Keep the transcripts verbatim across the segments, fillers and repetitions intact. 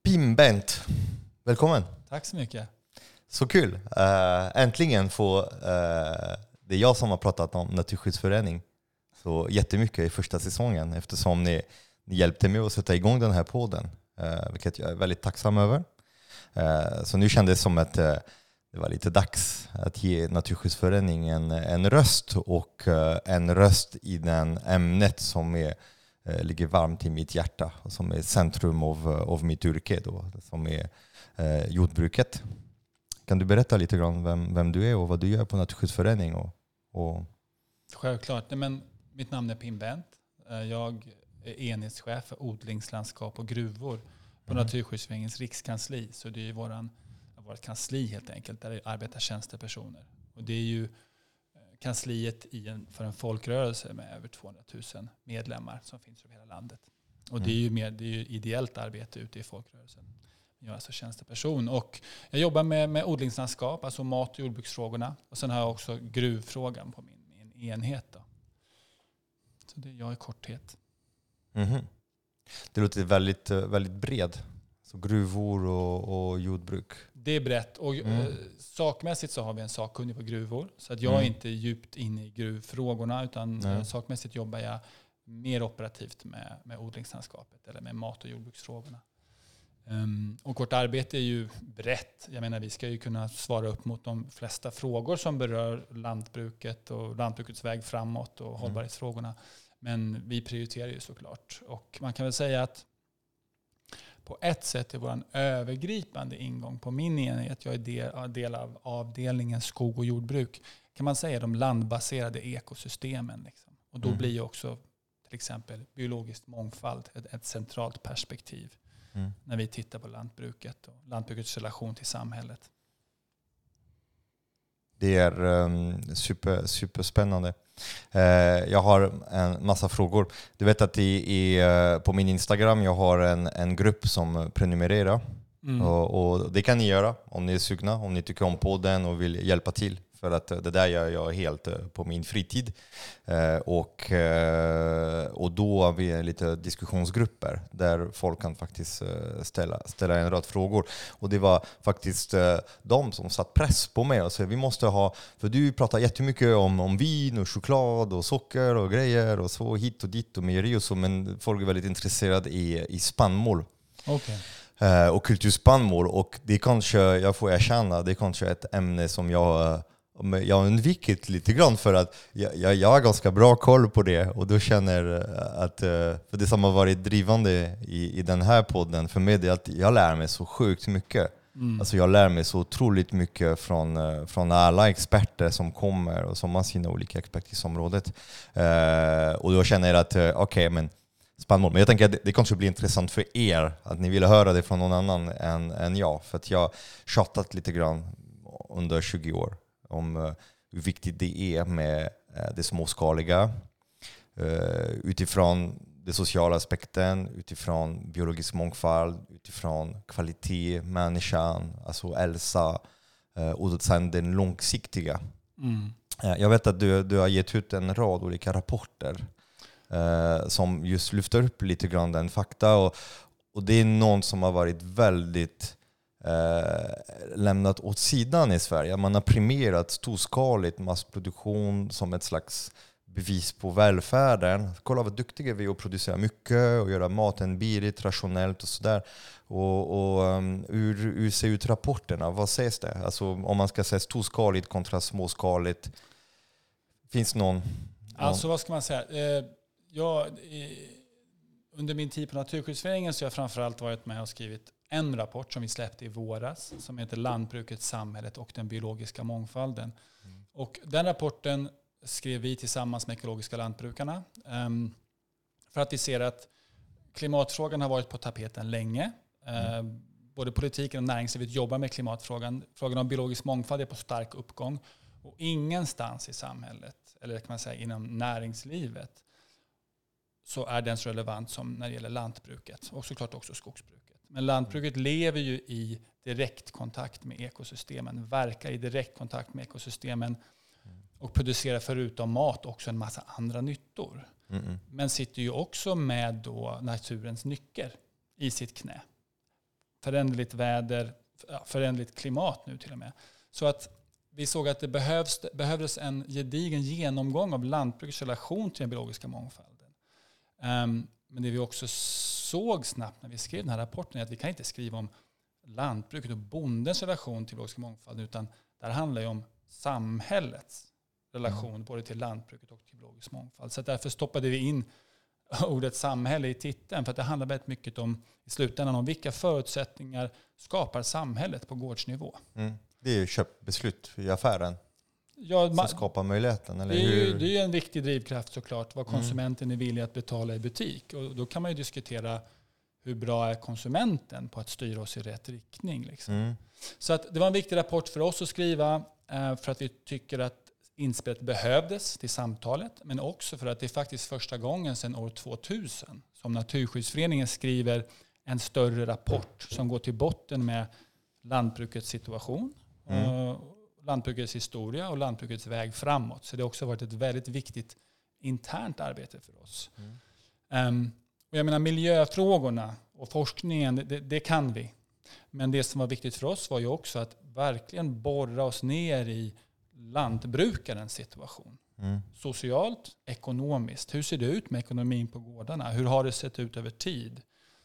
Pim Bent, välkommen. Tack så mycket. Så kul. Uh, äntligen få, uh, det är jag som har pratat om Naturskyddsförening så jättemycket i första säsongen eftersom ni, ni hjälpte mig att sätta igång den här podden, uh, vilket jag är väldigt tacksam över. Uh, så nu kändes det som att uh, det var lite dags att ge Naturskyddsföreningen en, en röst och uh, en röst i den ämnet som är ligger varmt i mitt hjärta och som är centrum av, av mitt yrke då, som är eh, jordbruket. Kan du berätta lite grann vem, vem du är och vad du gör på Naturskyddsförening? Och, och... Självklart. Nej, men mitt namn är Pim Bent. Jag är enhetschef för odlingslandskap och gruvor på mm. Naturskyddsföreningens rikskansli. Så det är ju våran, vårt kansli helt enkelt, där det arbetar tjänstepersoner. Och det är ju kansliet i en, för en folkrörelse med över tvåhundratusen medlemmar som finns över hela landet. Och det är ju mer, det är ju ideellt arbete ute i folkrörelsen. Jag är alltså tjänsteperson och jag jobbar med, med odlingslandskap, alltså mat- och jordbruksfrågorna. Och sen har jag också gruvfrågan på min, min enhet. Då. Så det är jag i korthet. Mm-hmm. Det låter väldigt, väldigt bred. Så gruvor och, och jordbruk. Det är brett. Och mm. eh, sakmässigt så har vi en sakkunnig på gruvor. Så att jag mm. är inte djupt inne i gruvfrågorna utan mm. sakmässigt jobbar jag mer operativt med, med odlingslandskapet eller med mat- och jordbruksfrågorna. Um, och vårt arbete är ju brett. Jag menar vi ska ju kunna svara upp mot de flesta frågor som berör lantbruket och lantbrukets väg framåt och mm. hållbarhetsfrågorna. Men vi prioriterar ju såklart. Och man kan väl säga att på ett sätt är vår övergripande ingång på min enhet, jag är del, del av avdelningen skog och jordbruk, kan man säga de landbaserade ekosystemen. Liksom. Och då mm. blir ju också till exempel biologisk mångfald ett, ett centralt perspektiv mm. när vi tittar på lantbruket och lantbrukets relation till samhället. Det är um, super, superspännande. Uh, jag har en massa frågor. Du vet att i, i, uh, på min Instagram jag har en, en grupp som prenumererar. Mm. Och, och det kan ni göra om ni är sugna, om ni tycker om podden och vill hjälpa till. För att det där gör jag helt på min fritid. Eh, och, eh, och då har vi lite diskussionsgrupper där folk kan faktiskt ställa, ställa en rad frågor. Och det var faktiskt eh, de som satt press på mig och sa vi måste ha, för du pratar jättemycket om, om vin och choklad och socker och grejer och så hit och dit och mejeri och så, men folk är väldigt intresserade i, i spannmål. Okay. Eh, och kulturspannmål, och det kanske, jag får erkänna, det är kanske ett ämne som jag Jag har undvikit lite grann för att jag, jag, jag har ganska bra koll på det och då känner att, för det som har varit drivande i, i den här podden för mig är att jag lär mig så sjukt mycket. Mm. Alltså jag lär mig så otroligt mycket från, från alla experter som kommer och som har sina olika expertisområdet. Uh, och då känner jag att, okej okay, men spannmål. Men jag tänker att det, det kanske blir intressant för er att ni vill höra det från någon annan än, än jag. För att jag har tjatat lite grann under tjugo år. Om uh, hur viktigt det är med uh, det småskaliga uh, utifrån den sociala aspekten, utifrån biologisk mångfald, utifrån kvalitet, människan, alltså hälsa uh, och sen den långsiktiga. Mm. Uh, jag vet att du, du har gett ut en rad olika rapporter uh, som just lyfter upp lite grann den fakta och, och det är någon som har varit väldigt Eh, lämnat åt sidan i Sverige. Man har premierat storskaligt massproduktion som ett slags bevis på välfärden. Kolla vad duktiga vi är att producera mycket och göra maten billigt, rationellt och sådär. Och, och um, hur, hur ser ut rapporterna? Vad sägs det? Alltså om man ska säga storskaligt kontra småskaligt. Finns någon? någon? Alltså vad ska man säga? Eh, jag, eh, under min tid på Naturskyddsföreningen så har jag framförallt varit med och skrivit en rapport som vi släppte i våras som heter Lantbruket, samhället och den biologiska mångfalden. Mm. Och den rapporten skrev vi tillsammans med ekologiska lantbrukarna um, för att vi ser att klimatfrågan har varit på tapeten länge. Mm. Uh, både politiken och näringslivet jobbar med klimatfrågan. Frågan om biologisk mångfald är på stark uppgång. Och ingenstans i samhället, eller kan man säga inom näringslivet, så är den så relevant som när det gäller lantbruket och såklart också skogsbruket. Men lantbruket lever ju i direktkontakt med ekosystemen, verkar i direktkontakt med ekosystemen och producerar förutom mat också en massa andra nyttor. Mm. Men sitter ju också med då naturens nycker i sitt knä. föränderligt väder, föränderligt klimat nu till och med. Så att vi såg att det behövs, behövdes en gedigen genomgång av lantbrukets relation till den biologiska mångfalden. Um, men det vi också såg snabbt när vi skrev den här rapporten är att vi kan inte skriva om lantbruket och bondens relation till biologisk mångfald, utan det här handlar ju om samhällets relation mm. både till lantbruket och till biologisk mångfald. Så därför stoppade vi in ordet samhälle i titeln, för att det handlar väldigt mycket om i slutändan om vilka förutsättningar skapar samhället på gårdsnivå. Mm. Det är ju köpbeslut i affären ja, som skapar möjligheten. Eller det, är ju, hur? det är en viktig drivkraft såklart, vad konsumenten är villig att betala i butik. Och då kan man ju diskutera hur bra är konsumenten på att styra oss i rätt riktning. Liksom. Mm. Så att det var en viktig rapport för oss att skriva för att vi tycker att inspelet behövdes till samtalet, men också för att det är faktiskt första gången sedan år tvåtusen som Naturskyddsföreningen skriver en större rapport som går till botten med lantbrukets situation, mm. lantbrukets historia och lantbrukets väg framåt. Så det har också varit ett väldigt viktigt internt arbete för oss. Mm. Um, och jag menar miljöfrågorna och forskningen, det, det kan vi. Men det som var viktigt för oss var ju också att verkligen borra oss ner i lantbrukarens situation. Mm. Socialt, ekonomiskt. Hur ser det ut med ekonomin på gårdarna? Hur har det sett ut över tid?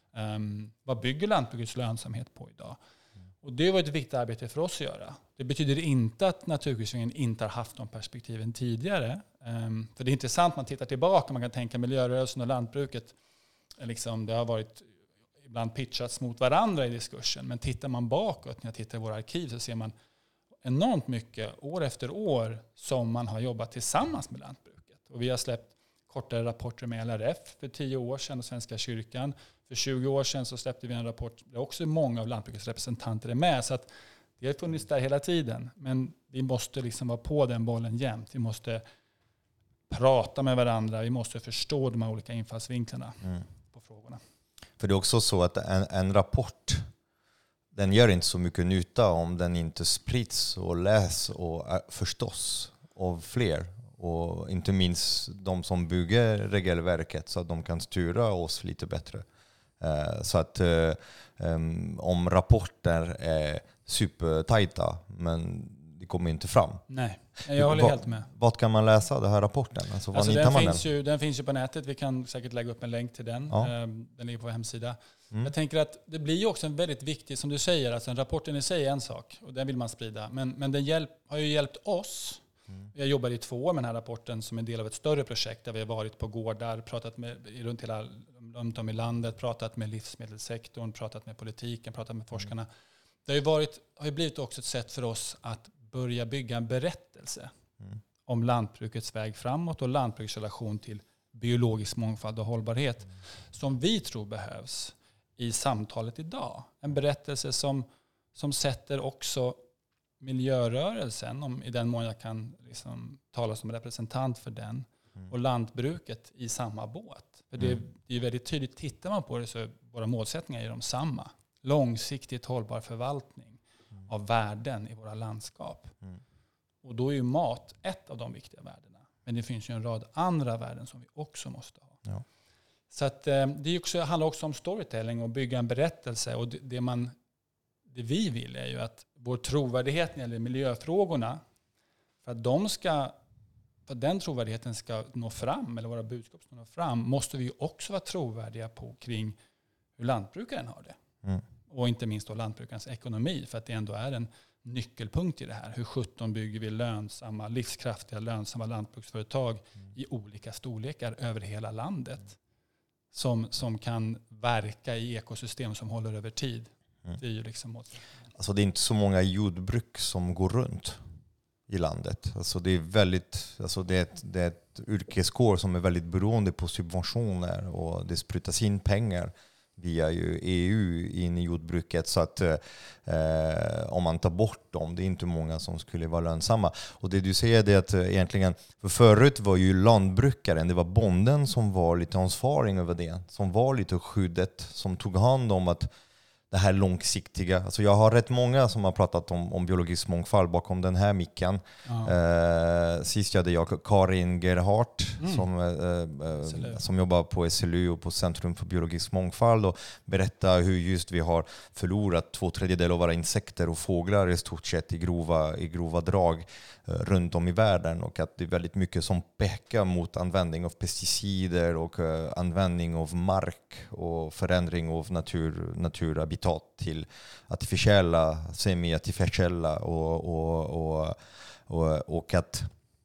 Um, vad bygger lantbrukets lönsamhet på idag? Mm. Och det var ett viktigt arbete för oss att göra. Det betyder inte att Naturskyddsföreningen inte har haft de perspektiven tidigare. Um, för det är intressant, man tittar tillbaka, man kan tänka miljörörelsen och lantbruket. Liksom, det har varit ibland pitchats mot varandra i diskursen. Men tittar man bakåt, när jag tittar i våra arkiv, så ser man enormt mycket år efter år som man har jobbat tillsammans med lantbruket. Och vi har släppt kortare rapporter med L R F för tio år sedan och Svenska kyrkan. För tjugo år sedan så släppte vi en rapport där också många av lantbrukets representanter är med. Så att det har funnits där hela tiden. Men vi måste liksom vara på den bollen jämt. Vi måste prata med varandra. Vi måste förstå de här olika infallsvinklarna mm. på frågorna. För det är också så att en, en rapport, den gör inte så mycket nytta om den inte sprids och läs och förstås av fler. Och inte minst de som bygger regelverket så att de kan styra oss lite bättre. Så att um, om rapporter är supertajta men det kommer inte fram. Nej, jag håller helt med. Vad kan man läsa den här rapporten? Alltså, alltså den, finns den? Ju, den finns ju på nätet. Vi kan säkert lägga upp en länk till den. Ja. Den ligger på vår hemsida. Mm. Jag tänker att det blir ju också en väldigt viktig, som du säger, alltså en rapporten i sig är en sak och den vill man sprida. Men, men den hjälp, har ju hjälpt oss. Mm. Vi har jobbat i två år med den här rapporten som en del av ett större projekt där vi har varit på gårdar, pratat med, runt, hela, runt om i landet, pratat med livsmedelssektorn, pratat med politiken, pratat med forskarna. Mm. Det har ju, varit, har ju blivit också ett sätt för oss att börja bygga en berättelse mm. om lantbrukets väg framåt och lantbrukets relation till biologisk mångfald och hållbarhet mm. som vi tror behövs i samtalet idag. En berättelse som, som sätter också miljörörelsen, om, i den mån jag kan liksom tala som representant för den, mm. och lantbruket i samma båt. För mm. det, det är väldigt tydligt, tittar man på det så är våra målsättningar är de samma. Långsiktigt hållbar förvaltning mm. av värden i våra landskap. Mm. Och då är ju mat ett av de viktiga värdena. Men det finns ju en rad andra värden som vi också måste ha. Ja. Så att, eh, det är också, handlar också om storytelling och bygga en berättelse. Och det, det, man, det vi vill är ju att vår trovärdighet när det gäller miljöfrågorna, för att, de ska, för att den trovärdigheten ska nå fram, eller våra budskap ska nå fram, måste vi också vara trovärdiga på kring hur lantbrukaren har det. Mm. Och inte minst då lantbrukarens ekonomi, för att det ändå är en nyckelpunkt i det här. Hur sjutton bygger vi lönsamma, livskraftiga, lönsamma lantbruksföretag mm. i olika storlekar över hela landet mm. som, som kan verka i ekosystem som håller över tid. Mm. Det är ju liksom åt... Alltså det är inte så många jordbruk som går runt i landet. Alltså det är väldigt, alltså det är ett, det är ett yrkeskår som är väldigt beroende på subventioner och det sprutas in pengar via ju E U in i jordbruket, så att eh, om man tar bort dem, det är inte många som skulle vara lönsamma. Och det du säger är att eh, egentligen, för förut var ju lantbrukaren, det var bonden som var lite ansvarig över det, som var lite skyddet, som tog hand om att det här långsiktiga. Alltså jag har rätt många som har pratat om, om biologisk mångfald bakom den här micken. Ja. Eh, sist hade jag Karin Gerhardt mm. som, eh, som jobbar på S L U och på Centrum för biologisk mångfald och berättar hur just vi har förlorat två tredjedelar av våra insekter och fåglar i stort sett i grova, i grova drag eh, runt om i världen, och att det är väldigt mycket som pekar mot användning av pesticider och eh, användning av mark och förändring av natur, naturhabitat till artificiella, semi-artificiella och, och, och, och, och att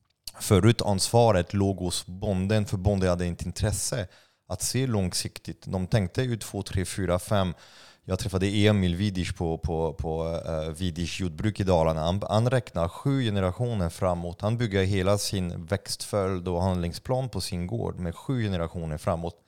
förut ansvaret låg hos bonden, för bonden hade inte intresse att se långsiktigt. De tänkte ju två, tre, fyra, fem. Jag träffade Emil Widisch på, på, på uh, Widisch jordbruk i Dalarna. Han, han räknar sju generationer framåt. Han bygger hela sin växtföljd och handlingsplan på sin gård med sju generationer framåt.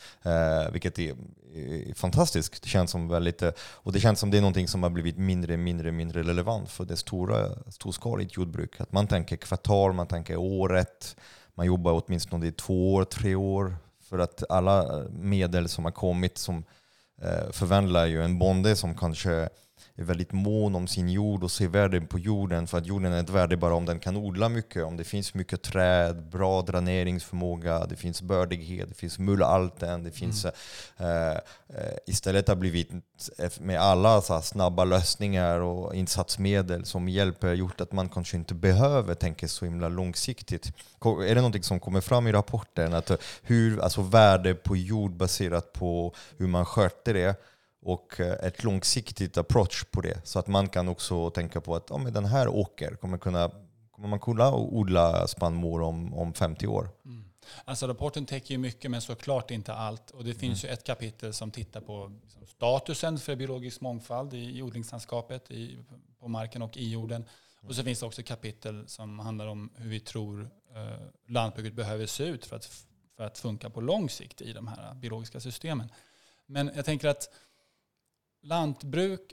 Uh, vilket är, är fantastiskt. Det känns som väldigt, uh, och det känns som det är någonting som har blivit mindre, mindre, mindre relevant för det stora, storskaligt jordbruk. Att man tänker kvartal, man tänker året, man jobbar åtminstone i två år, tre år, för att alla medel som har kommit som uh, förvandlar ju en bonde som kanske är väldigt mån om sin jord och ser värden på jorden, för att jorden är ett värde bara om den kan odla mycket, om det finns mycket träd, bra dräneringsförmåga, det finns bördighet, det finns mullalten, det finns mm. eh, istället har blivit med alla så här snabba lösningar och insatsmedel som hjälper, gjort att man kanske inte behöver tänka så himla långsiktigt. Är det någonting som kommer fram i rapporten, att hur, alltså värde på jord baserat på hur man sköter det och ett långsiktigt approach på det, så att man kan också tänka på att ja, men den här åker kommer, kunna, kommer man kunna odla spannmål om, om femtio år. Mm. Alltså rapporten täcker ju mycket, men såklart inte allt. Och det finns mm. ju ett kapitel som tittar på liksom, statusen för biologisk mångfald i, i odlingslandskapet, i, på marken och i jorden. Mm. Och så finns det också kapitel som handlar om hur vi tror eh, lantbruket behöver se ut för att, för att funka på lång sikt i de här biologiska systemen. Men jag tänker att lantbruk,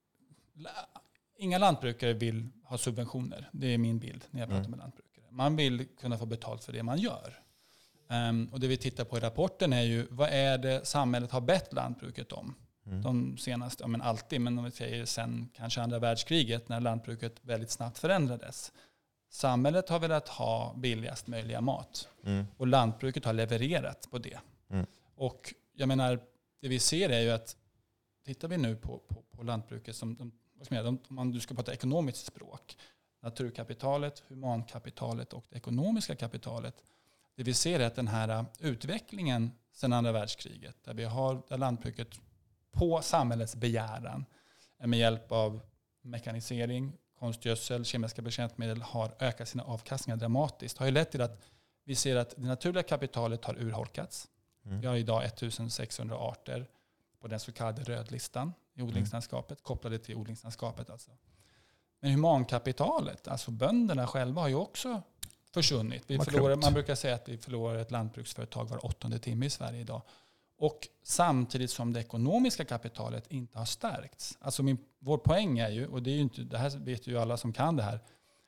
inga lantbrukare vill ha subventioner. Det är min bild när jag pratar mm. med lantbrukare. Man vill kunna få betalt för det man gör. Um, och det vi tittar på i rapporten är ju, vad är det samhället har bett lantbruket om? Mm. De senaste, ja men alltid, men om vi säger sen kanske andra världskriget, när lantbruket väldigt snabbt förändrades. Samhället har velat ha billigast möjliga mat. Mm. Och lantbruket har levererat på det. Mm. Och jag menar, det vi ser är ju att tittar vi nu på, på, på lantbruket som, de, vad ska man göra, de, om man, du ska prata ekonomiskt språk, naturkapitalet, humankapitalet och det ekonomiska kapitalet. Det vi ser är att den här utvecklingen sedan andra världskriget, där vi har där lantbruket på samhällets begäran med hjälp av mekanisering, konstgödsel, kemiska bekämpningsmedel har ökat sina avkastningar dramatiskt, har ju lett till att vi ser att det naturliga kapitalet har urholkats. Mm. Vi har idag ettusensexhundra arter på den så kallade rödlistan i odlingslandskapet, mm. kopplade till odlingslandskapet alltså. Men humankapitalet, alltså bönderna själva, har ju också försvunnit. Vi förlorar, man brukar säga att vi förlorar ett lantbruksföretag var åttonde timme i Sverige idag. Och samtidigt som det ekonomiska kapitalet inte har stärkts. Alltså min, vår poäng är ju, och det är ju inte, det här vet ju alla som kan det här,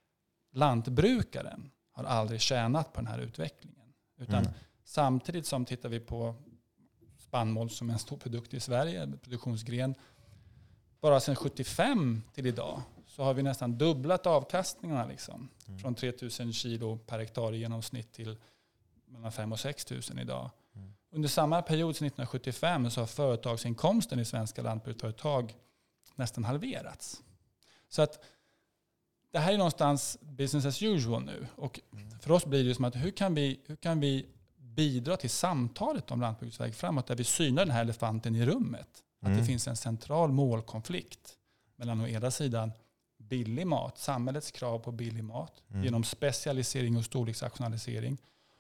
lantbrukaren har aldrig tjänat på den här utvecklingen. Utan mm. samtidigt som tittar vi på spannmål som en stor produkt i Sverige, produktionsgren, bara sedan sjuttiofem till idag så har vi nästan dubblat avkastningarna liksom. Mm. Från tre tusen kilo per hektar i genomsnitt till mellan fem och sex tusen idag. Mm. Under samma period sedan nittonhundrasjuttiofem så har företagsinkomsten i svenska lantbruksföretag nästan halverats. Så att det här är någonstans business as usual nu. Och mm. för oss blir det som att hur kan vi, hur kan vi bidra till samtalet om lantbrukets väg framåt, där vi synar den här elefanten i rummet. Mm. Att det finns en central målkonflikt mellan å ena sidan billig mat, samhällets krav på billig mat mm. genom specialisering och storleksrationalisering,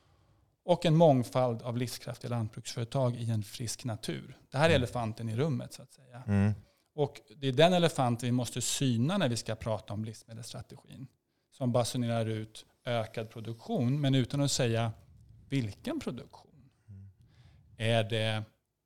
och en mångfald av livskraftiga lantbruksföretag i en frisk natur. Det här är mm. elefanten i rummet så att säga. Mm. Och det är den elefanten vi måste syna när vi ska prata om livsmedelsstrategin, som basunerar ut ökad produktion, men utan att säga vilken produktion. Mm. Är det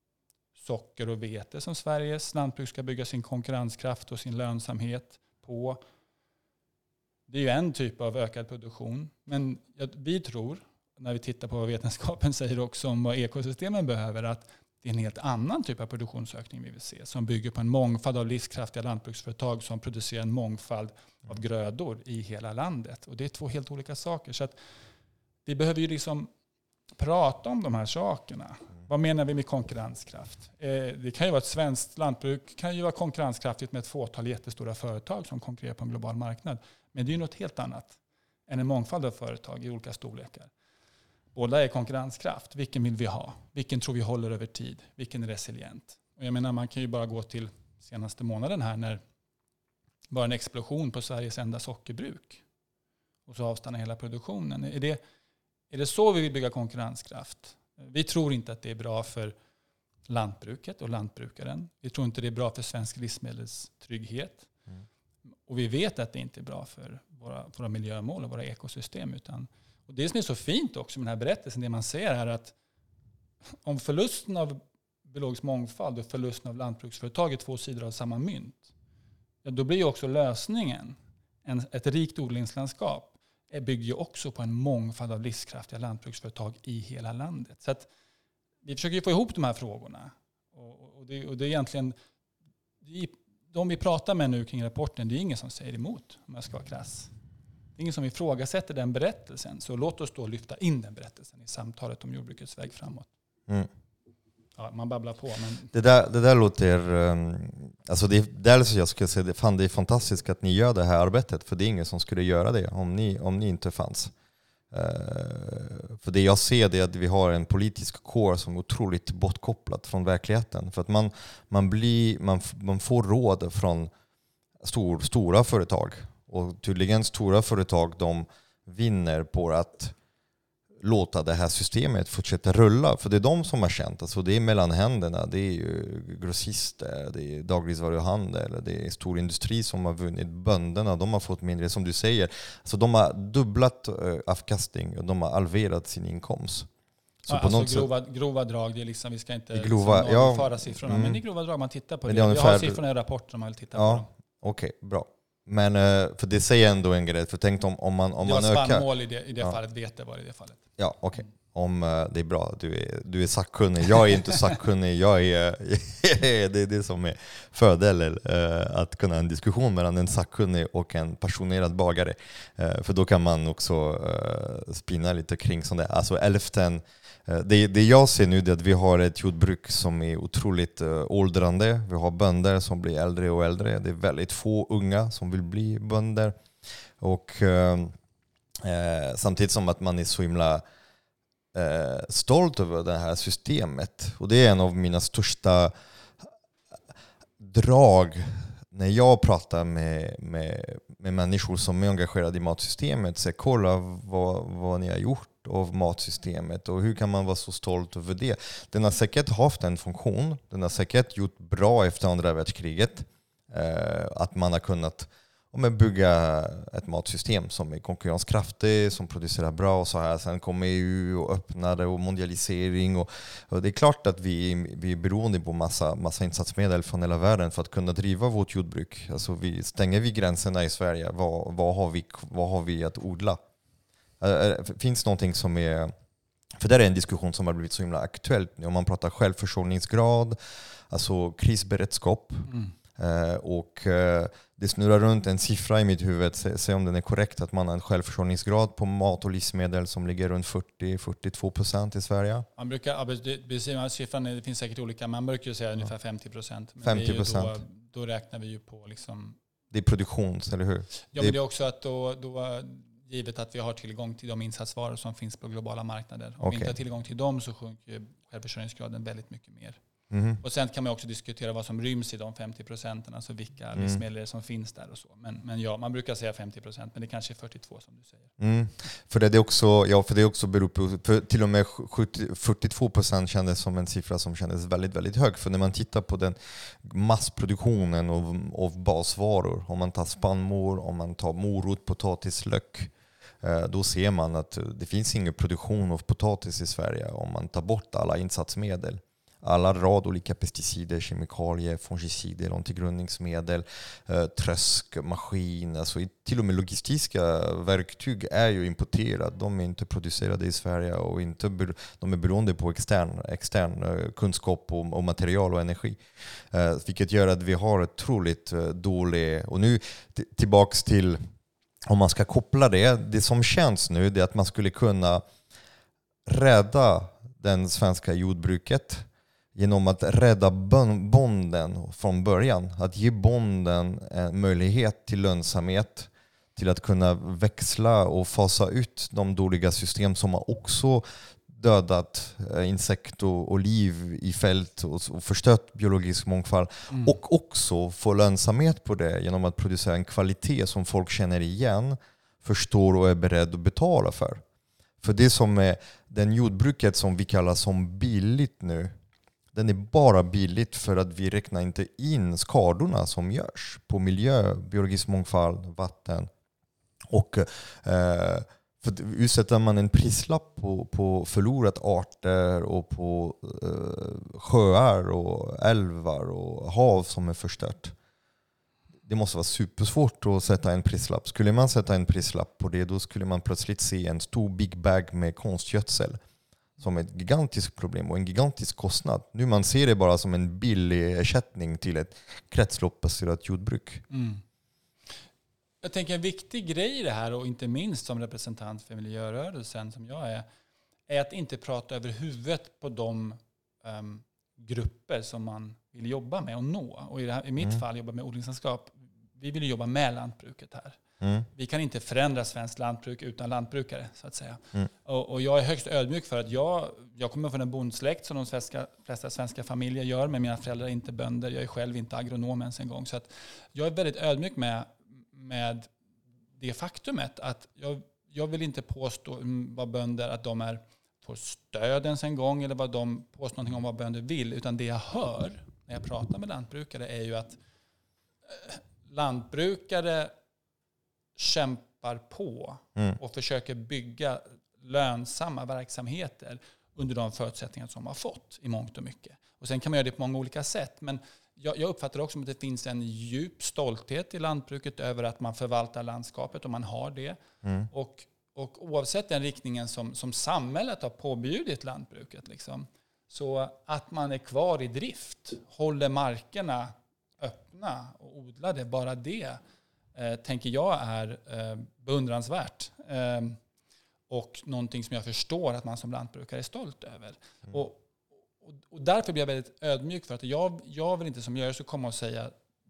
socker och vete som Sveriges lantbruk ska bygga sin konkurrenskraft och sin lönsamhet på? Det är ju en typ av ökad produktion. Men vi tror, när vi tittar på vad vetenskapen säger också om vad ekosystemen behöver, att Det är en helt annan typ av produktionsökning vi vill se, som bygger på en mångfald av livskraftiga lantbruksföretag som producerar en mångfald av grödor i hela landet. Och det är två helt olika saker. Så att vi behöver ju liksom prata om de här sakerna. Mm. Vad menar vi med konkurrenskraft? Eh, det kan ju vara ett svenskt lantbruk kan ju vara konkurrenskraftigt med ett fåtal jättestora företag som konkurrerar på en global marknad. Men det är ju något helt annat än en mångfald av företag i olika storlekar. Båda är konkurrenskraft. Vilken vill vi ha? Vilken tror vi håller över tid? Vilken är resilient? Och jag menar, man kan ju bara gå till senaste månaden här när det var en explosion på Sveriges enda sockerbruk. Och så avstannar hela produktionen. Är det, är det så vi vill bygga konkurrenskraft? Vi tror inte att det är bra för lantbruket och lantbrukaren. Vi tror inte det är bra för svensk livsmedelstrygghet. Mm. Och vi vet att det inte är bra för våra, våra miljömål och våra ekosystem. Utan, och det som är så fint också med den här berättelsen, det man ser är att om förlusten av biologisk mångfald och förlusten av lantbruksföretag är två sidor av samma mynt, ja, då blir ju också lösningen, en, ett rikt odlingslandskap, bygger ju också på en mångfald av livskraftiga lantbruksföretag i hela landet. Så att vi försöker få ihop de här frågorna. Och, och, det, och det är egentligen, det är, de vi pratar med nu kring rapporten, det är ingen som säger emot, om jag ska vara krass. Det är ingen som ifrågasätter den berättelsen. Så låt oss då lyfta in den berättelsen i samtalet om jordbrukets väg framåt. Mm. Ja, man babblar på. Men... Det, där, det där låter... Alltså det, där så jag skulle säga, det, fan, det är fantastiskt att ni gör det här arbetet. För det är ingen som skulle göra det om ni, om ni inte fanns. Uh, för det jag ser det är att vi har en politisk kår som är otroligt bortkopplat från verkligheten. För att man, man, blir, man, man får råd från stor, stora företag. Och tydligen stora företag, de vinner på att låta det här systemet fortsätta rulla. För det är de som har känt. Alltså det är mellan händerna. Det är ju grossister, det är dagligvaruhandel, det är stor industri som har vunnit. Bönderna, de har fått mindre, som du säger. Alltså de har dubblat avkastning och de har halverat sin inkomst. Så ja, på alltså något grova, sätt, grova drag, det är liksom, vi ska inte grova, liksom ja, föra siffrorna, mm. men i grova drag man tittar på det. det Vi ungefär, har siffrorna i rapporten om man vill titta ja, på dem. Okej, okay, bra. Men för det säger ändå en grej. För tänk om, om man, om det var man ökar... spannmål i det, i det ja. fallet, vete var i det fallet. Ja, okej. Okay. Om det är bra. Du är, du är sakkunnig. Jag är inte sakkunnig. Jag är, det är det som är fördelen. Att kunna ha en diskussion mellan en sakkunnig och en passionerad bagare. För då kan man också spinna lite kring sånt där. Alltså elften... Det, det jag ser nu är att vi har ett jordbruk som är otroligt åldrande. Vi har bönder som blir äldre och äldre. Det är väldigt få unga som vill bli bönder. Och eh, samtidigt som att man är så himla eh, stolt över det här systemet. Och det är en av mina största drag när jag pratar med, med, med människor som är engagerade i matsystemet. Så kolla vad, vad ni har gjort av matsystemet och hur kan man vara så stolt över det. Den har säkert haft en funktion. Den har säkert gjort bra efter andra världskriget. Eh, att man har kunnat om bygga ett matsystem som är konkurrenskraftigt, som producerar bra och så här. Sen kommer E U och öppnade och mondialisering. Och, och det är klart att vi, vi är beroende på massa, massa insatsmedel från hela världen för att kunna driva vårt jordbruk. Alltså vi stänger vi gränserna i Sverige. Vad, vad, har, vi, vad har vi att odla? Äh, finns någonting som är... För det är en diskussion som har blivit så himla aktuell. Om man pratar självförsörjningsgrad, alltså krisberedskap. Mm. Uh, och uh, det snurrar runt en siffra i mitt huvud, se, se om den är korrekt, att man har en självförsörjningsgrad på mat och livsmedel som ligger runt fyrtio till fyrtiotvå procent i Sverige. Man brukar, siffran, det finns säkert olika, man brukar ju säga ungefär femtio procent. Men femtio procent. Då, då räknar vi ju på liksom... Det är produktion, eller hur? Ja, det men det är också att då, då givet att vi har tillgång till de insatsvaror som finns på globala marknader. Om okay. vi inte har tillgång till dem så sjunker självförsörjningsgraden väldigt mycket mer. Mm. Och sen kan man också diskutera vad som ryms i de femtio procenten, alltså vilka mm. livsmedel som finns där och så. Men, men ja, man brukar säga femtio procent, men det kanske är fyrtiotvå som du säger. Mm. För det är också, ja, för det är också beror på, för till och med sjuttio, fyrtiotvå procent kändes som en siffra som kändes väldigt, väldigt hög. För när man tittar på den massproduktionen av, av basvaror, om man tar spannmål, om man tar morot, potatis, lök, då ser man att det finns ingen produktion av potatis i Sverige om man tar bort alla insatsmedel. alla rad olika pesticider, kemikalier, fungicider, antigrundningsmedel, eh, trösk, maskin, alltså till och med logistiska verktyg är ju importerade. De är inte producerade i Sverige och inte, de är beroende på extern, extern eh, kunskap och, och material och energi. Eh, vilket gör att vi har ett otroligt eh, dåligt, och nu t- tillbaks till, om man ska koppla det, det som känns nu det är att man skulle kunna rädda den svenska jordbruket genom att rädda bonden från början. Att ge bonden en möjlighet till lönsamhet, till att kunna växla och fasa ut de dåliga system som har också dödat insekt och, och liv i fält och, och förstört biologisk mångfald. Mm. Och också få lönsamhet på det genom att producera en kvalitet som folk känner igen, förstår och är beredd att betala för. För det som är den jordbruket som vi kallar som billigt nu, den är bara billigt för att vi räknar inte in skadorna som görs på miljö, biologisk mångfald, vatten. Och eh, för utsätter man en prislapp på, på förlorat arter och på eh, sjöar och älvar och hav som är förstört. Det måste vara supersvårt att sätta en prislapp. Skulle man sätta en prislapp på det, då skulle man plötsligt se en stor big bag med konstgödsel som ett gigantiskt problem och en gigantisk kostnad. Nu man ser det bara som en billig ersättning till ett kretsloppsbaserat jordbruk. Mm. Jag tänker en viktig grej i det här, och inte minst som representant för miljörörelsen som jag är, är att inte prata över huvudet på de um, grupper som man vill jobba med och nå. Och i, det här, i mitt mm. fall jobba med odlingslandskap. Vi vill jobba med lantbruket här. Mm. Vi kan inte förändra svenskt lantbruk utan lantbrukare, så att säga. Mm. Och, och jag är högst ödmjuk för att jag, jag kommer från en bondsläkt som de svenska, flesta svenska familjer gör, men mina föräldrar är inte bönder. Jag är själv inte agronom ens en gång. Så att jag är väldigt ödmjuk med, med det faktumet att jag, jag vill inte påstå vad bönder att de är får stöd ens en gång eller vad de påstår någonting om vad bönder vill, utan det jag hör när jag pratar med lantbrukare är ju att eh, lantbrukare kämpar på mm. och försöker bygga lönsamma verksamheter under de förutsättningar som de har fått i mångt och mycket. Och sen kan man göra det på många olika sätt, men jag, jag uppfattar också att det finns en djup stolthet i lantbruket över att man förvaltar landskapet och man har det. Mm. Och, och oavsett den riktningen som, som samhället har påbjudit lantbruket, liksom, så att man är kvar i drift, håller markerna öppna och odlade, bara det eh, tänker jag är eh, beundransvärt. Eh, och någonting som jag förstår att man som lantbrukare är stolt över. Mm. Och, och, och därför blir jag väldigt ödmjuk för att jag, jag vill inte som gör så komma och säga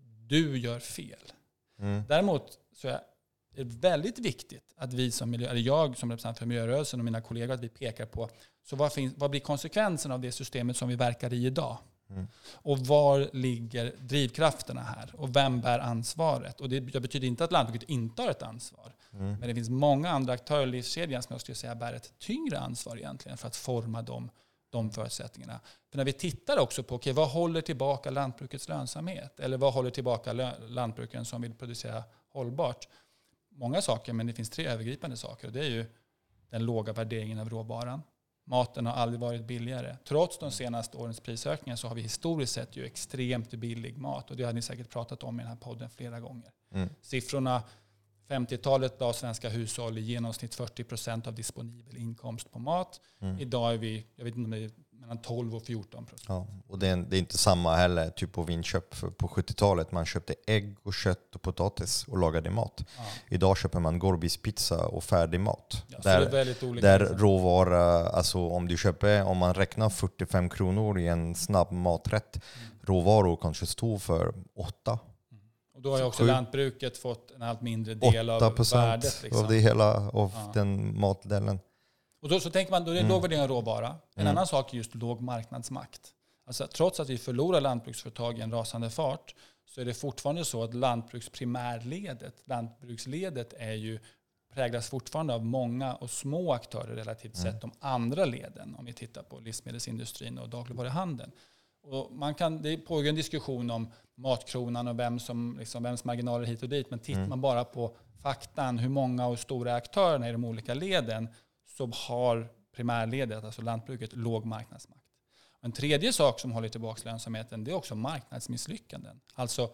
du gör fel. Mm. Däremot så är det väldigt viktigt att vi som miljö, eller jag som representant för miljörörelsen och mina kollegor, att vi pekar på så vad, finns, vad blir konsekvensen av det systemet som vi verkar i idag? Mm. Och var ligger drivkrafterna här? Och vem bär ansvaret? Och det, det betyder inte att lantbruket inte har ett ansvar. Mm. Men det finns många andra aktörer i livskedjan som jag skulle säga bär ett tyngre ansvar egentligen för att forma de, de förutsättningarna. För när vi tittar också på okay, vad håller tillbaka lantbrukets lönsamhet? Eller vad håller tillbaka lö- lantbrukaren som vill producera hållbart? Många saker, men det finns tre övergripande saker. Och det är ju den låga värderingen av råvaran. Maten har aldrig varit billigare. Trots de senaste årens prisökningar så har vi historiskt sett ju extremt billig mat. Och det har ni säkert pratat om i den här podden flera gånger. Mm. Siffrorna, femtiotalet la svenska hushåll i genomsnitt fyrtio procent av disponibel inkomst på mat. Mm. Idag är vi, jag vet inte om det är mellan tolv och fjorton procent. Ja, och det är, det är inte samma heller typ på vinköp. För på sjuttiotalet man köpte ägg och kött och potatis och lagade mat. Ja. Idag köper man Gorbis pizza och färdig mat. Ja, där det är väldigt olika, där råvara, alltså om du köper, om man räknar fyrtiofem kronor i en snabb maträtt, mm. råvaror kanske står för åtta. Och då har ju också sju. Lantbruket fått en allt mindre del av värdet. Liksom. Av det hela, av ja. den matdelen. Och då så tänker man, då är det mm. låg värdering av råvara. En mm. annan sak är just låg marknadsmakt. Alltså, trots att vi förlorar lantbruksföretag i en rasande fart så är det fortfarande så att lantbruksprimärledet, lantbruksledet är ju, präglas fortfarande av många och små aktörer relativt mm. sett de andra leden. Om vi tittar på livsmedelsindustrin och dagligvaruhandeln. Och man kan, det pågår en diskussion om matkronan och vem som, liksom, vems marginaler hit och dit. Men tittar mm. man bara på faktan, hur många och stora aktörerna i de olika leden, så har primärledet, alltså lantbruket, låg marknadsmakt. En tredje sak som håller tillbaka lönsamheten, det är också marknadsmisslyckanden. Alltså,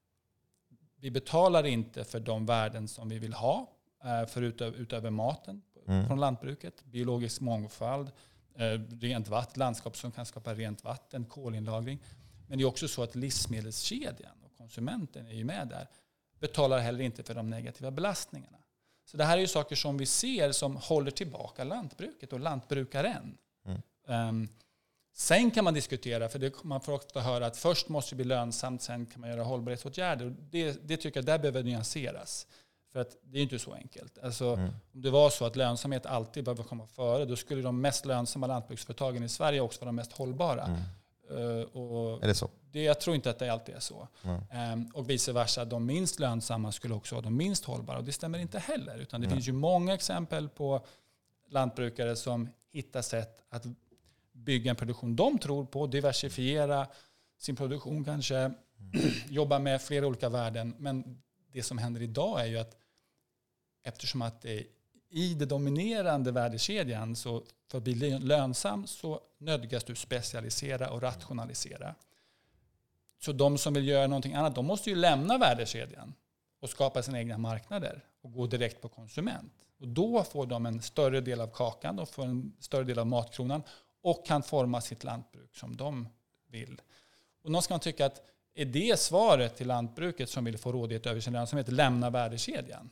vi betalar inte för de värden som vi vill ha, för utöver, utöver maten mm. från lantbruket, biologisk mångfald, rent vatten, landskap som kan skapa rent vatten, kolinlagring. Men det är också så att livsmedelskedjan och konsumenten är ju med där, betalar heller inte för de negativa belastningarna. Så det här är ju saker som vi ser som håller tillbaka lantbruket och lantbrukaren. Mm. Um, sen kan man diskutera, för det, man får ofta höra att först måste det bli lönsamt, sen kan man göra hållbarhetsåtgärder. Det, det tycker jag där behöver nyanseras. För att det är inte så enkelt. Alltså, mm. om det var så att lönsamhet alltid behöver komma före, då skulle de mest lönsamma lantbruksföretagen i Sverige också vara de mest hållbara. Mm. Uh, och är det så? Det, jag tror inte att det alltid är så. Mm. Um, och vice versa, de minst lönsamma skulle också vara de minst hållbara. Och det stämmer inte heller. Utan det mm. finns ju många exempel på lantbrukare som hittar sätt att bygga en produktion de tror på, diversifiera sin produktion kanske, mm. jobba med flera olika värden. Men det som händer idag är ju att eftersom att det är i det dominerande värdekedjan, så för att bli lönsam så nödgas du specialisera och rationalisera. Så de som vill göra någonting annat, de måste ju lämna värdekedjan och skapa sina egna marknader och gå direkt på konsument. Och då får de en större del av kakan, och får en större del av matkronan och kan forma sitt lantbruk som de vill. Och någon ska man tycka att är det svaret till lantbruket som vill få rådighet över sin lönsamhet, lämna värdekedjan?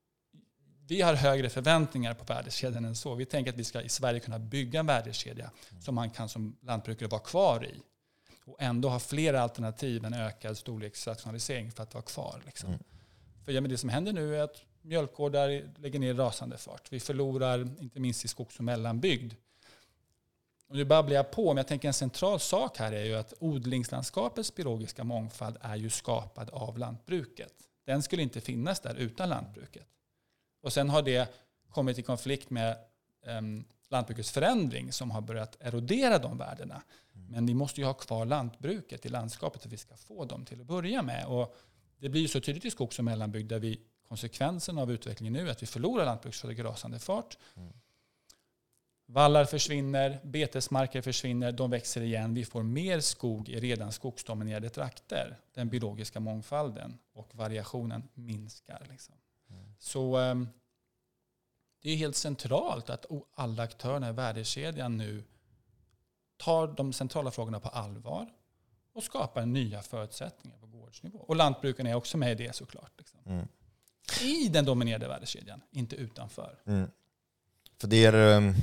Vi har högre förväntningar på värdekedjan än så. Vi tänker att vi ska i Sverige kunna bygga en värdekedja som man kan som lantbrukare vara kvar i. Och ändå ha fler alternativ än ökad storleksrationalisering för att vara kvar. Liksom. Mm. För ja, men det som händer nu är att mjölkgårdar lägger ner rasande fart. Vi förlorar inte minst i skogs- och mellanbygd. Och nu babblar jag på, men jag tänker en central sak här är ju att odlingslandskapets biologiska mångfald är ju skapad av lantbruket. Den skulle inte finnas där utan lantbruket. Och sen har det kommit i konflikt med um, lantbrukets förändring som har börjat erodera de värdena. Mm. Men vi måste ju ha kvar lantbruket i landskapet för att vi ska få dem till att börja med. Och det blir ju så tydligt i skogs- och mellanbygd där vi, konsekvensen av utvecklingen nu är att vi förlorar lantbruket i rasande fart. Mm. Vallar försvinner, betesmarker försvinner, de växer igen. Vi får mer skog i redan skogsdominerade trakter. Den biologiska mångfalden och variationen minskar. Liksom. Mm. Så um, det är helt centralt att alla aktörerna i värdekedjan nu tar de centrala frågorna på allvar och skapar nya förutsättningar på gårdsnivå. Och lantbrukarna är också med i det såklart. Liksom. Mm. I den dominerade värdekedjan, inte utanför. Mm. För det är...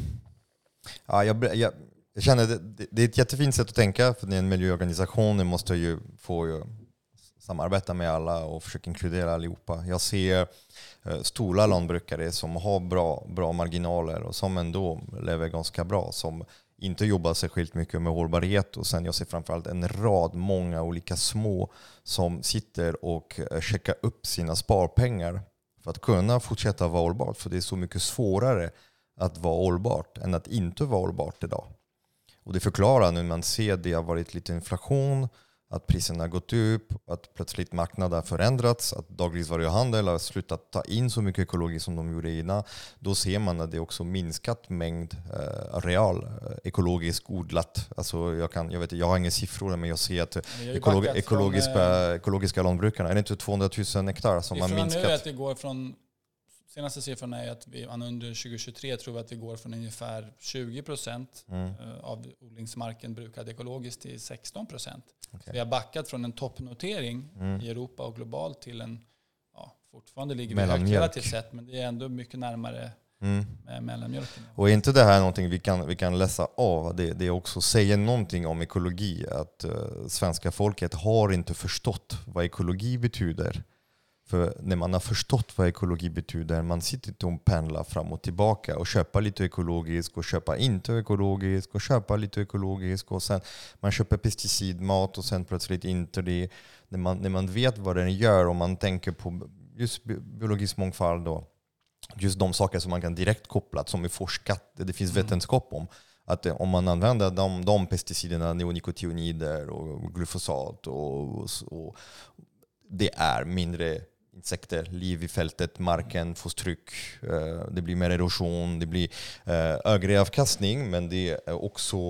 Ja, jag, jag, jag känner att det, det är ett jättefint sätt att tänka, för det är en miljöorganisation. Ni måste ju få ju samarbeta med alla och försöka inkludera allihopa. Jag ser eh, stora lantbrukare som har bra, bra marginaler och som ändå lever ganska bra, som inte jobbar särskilt mycket med hållbarhet. Och sen jag ser framförallt en rad, många olika små som sitter och eh, checkar upp sina sparpengar för att kunna fortsätta vara hållbart. För det är så mycket svårare att vara hållbart än att inte vara hållbart idag. Och det förklarar nu man ser att det har varit lite inflation, att priserna har gått upp, att plötsligt marknaden har förändrats, att dagligvaruhandel har slutat ta in så mycket ekologiskt som de gjorde innan. Då ser man att det också minskat mängd eh, areal eh, ekologiskt odlat. Alltså jag, kan, jag, vet, jag har inga siffror, men jag ser att ekolog, ekologiska, från, ekologiska lantbrukarna, är det inte tvåhundratusen hektar som har minskat? Nu är att det går från... Senaste siffran är att vi under tjugohundratjugotre tror vi att vi går från ungefär tjugo procent mm. av odlingsmarken brukad ekologiskt till sexton procent. Okay. Vi har backat från en toppnotering mm. i Europa och globalt till en, ja, fortfarande ligger vi högt relativt sett, men det är ändå mycket närmare mm. med mellanmjölken. Och är inte det här någonting vi kan, vi kan läsa av? Det, det också säger någonting om ekologi, att uh, svenska folket har inte förstått vad ekologi betyder. För när man har förstått vad ekologi betyder, man sitter inte och pendlar fram och tillbaka och köper lite ekologiskt och köper inte ekologiskt och köper lite ekologiskt och sen man köper pesticidmat och sen plötsligt inte det. När man, när man vet vad den gör och man tänker på just biologisk mångfald då, just de saker som man kan direkt koppla, som är forskat, det finns vetenskap om. Att om man använder de, de pesticiderna, neonikotinoider och glyfosat och, och, och det är mindre insekter, liv i fältet, marken får tryck, det blir mer erosion, det blir högre avkastning, men det är också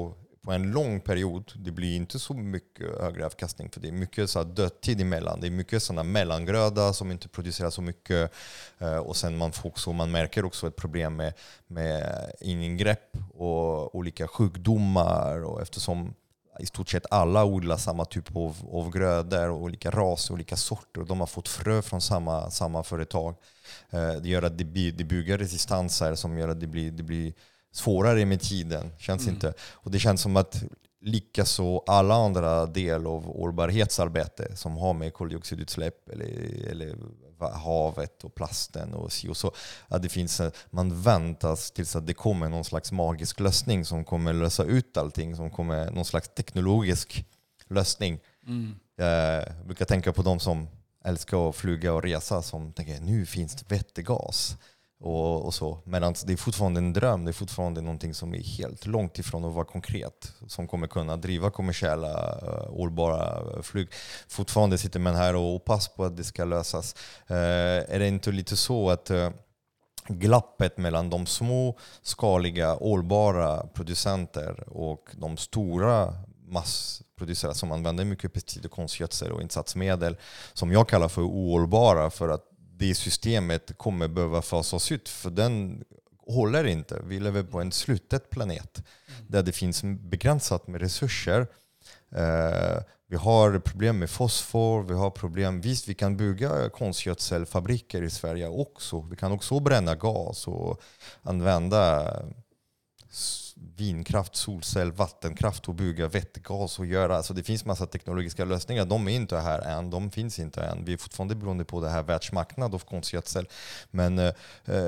på en lång period, det blir inte så mycket högre avkastning, för det är mycket så här dödtid emellan. Det är mycket sådana mellangröda som inte producerar så mycket. Och sen man får också, man märker också ett problem med, med ingrepp och olika sjukdomar. Och eftersom i stort sett alla odlar samma typ av, av grödor och olika raser, olika sorter. De har fått frö från samma, samma företag. Det gör att det, blir, det bygger resistanser som gör att det blir, det blir svårare med tiden. Känns mm. inte. Och det känns som att likaså alla andra del av hållbarhetsarbete som har med koldioxidutsläpp eller, eller havet och plasten och så, och så att det finns, man väntas tills att det kommer någon slags magisk lösning som kommer lösa ut allting, som kommer någon slags teknologisk lösning. Mm. Jag brukar tänka på de som älskar att flyga och resa, som tänker nu finns det vätgas. Och, och så. Medan det är fortfarande en dröm, det är fortfarande någonting som är helt långt ifrån att vara konkret, som kommer kunna driva kommersiella uh, hållbara flyg. Fortfarande sitter man här och hoppas på att det ska lösas. Uh, är det inte lite så att uh, glappet mellan de små skaliga hållbara producenter och de stora massproducerare som använder mycket pesticider, konstgödsel och insatsmedel, som jag kallar för ohållbara, för att det systemet kommer behöva fasas ut, för den håller inte. Vi lever på en slutet planet mm. där det finns begränsat med resurser. Uh, vi har problem med fosfor, vi har problem, visst vi kan bygga konstgödselfabriker i Sverige också. Vi kan också bränna gas och använda vindkraft, solcell, vattenkraft och bygga vätgas och göra. Alltså det finns massa teknologiska lösningar. De är inte här än. De finns inte än. Vi är fortfarande beroende på det här världsmarknad av konstgödsel. Men eh,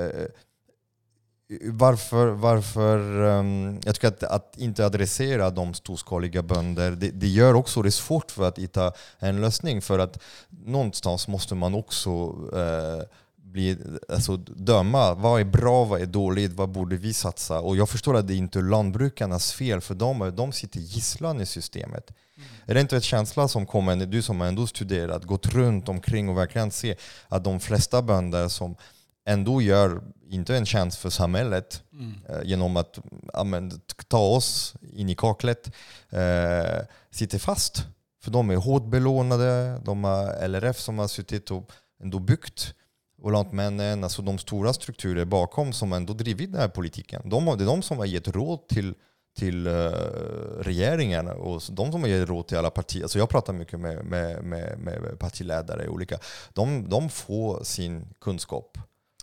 varför, varför um, jag tycker att, att inte adressera de storskaliga bönder, det, det gör också det svårt för att hitta en lösning, för att någonstans måste man också eh, bli, alltså, döma vad är bra, vad är dåligt, vad borde vi satsa. Och jag förstår att det inte är lantbrukarnas fel, för de, de sitter gisslan i systemet. Mm. Är det inte ett känsla som kommer, du som har ändå studerat, gått runt omkring och verkligen se att de flesta bönder som ändå gör inte en tjänst för samhället mm. eh, genom att amen, ta oss in i kaklet, eh, sitter fast. För de är hårt belånade, de har L R F som har suttit och ändå byggt, och lantmännen, alltså de stora strukturer bakom som ändå drivit den här politiken. De, det är de som har gett råd till, till uh, regeringen, och de som har gett råd till alla partier. Alltså jag pratar mycket med, med, med, med partiledare olika. De, de får sin kunskap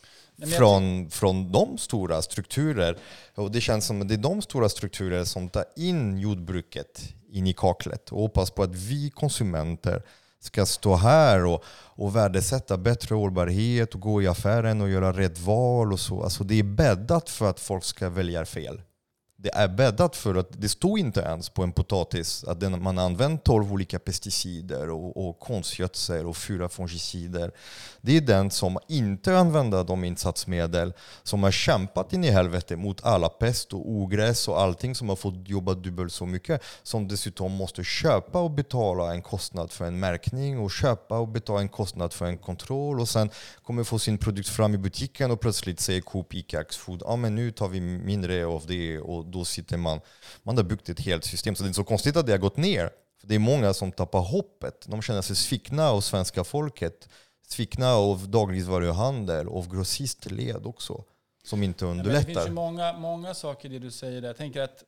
från, från de stora strukturer, och det känns som att det är de stora strukturer som tar in jordbruket in i kaklet och hoppas på att vi konsumenter ska stå här och, och värdesätta bättre hållbarhet och gå i affären och göra rätt val och så. Alltså det är bäddat för att folk ska välja fel. Det är bäddat för att det står inte ens på en potatis att den, man har använt tolv olika pesticider och, och konstgödsel och fyra fungicider. Det är den som inte använder de insatsmedel som har kämpat in i helvete mot alla pest och ogräs och allting, som har fått jobba dubbelt så mycket, som dessutom måste köpa och betala en kostnad för en märkning och köpa och betala en kostnad för en kontroll, och sen kommer få sin produkt fram i butiken och plötsligt säger Coop, Ica, Axfood, ja men nu tar vi mindre av det, och då sitter man, man har byggt ett helt system. Så det är inte så konstigt att det har gått ner. För det är många som tappar hoppet. De känner sig svikna av svenska folket, svikna av dagligvaruhandel och grossistled också, som inte underlättar. Ja, det finns ju många, många saker i det du säger där. Jag tänker att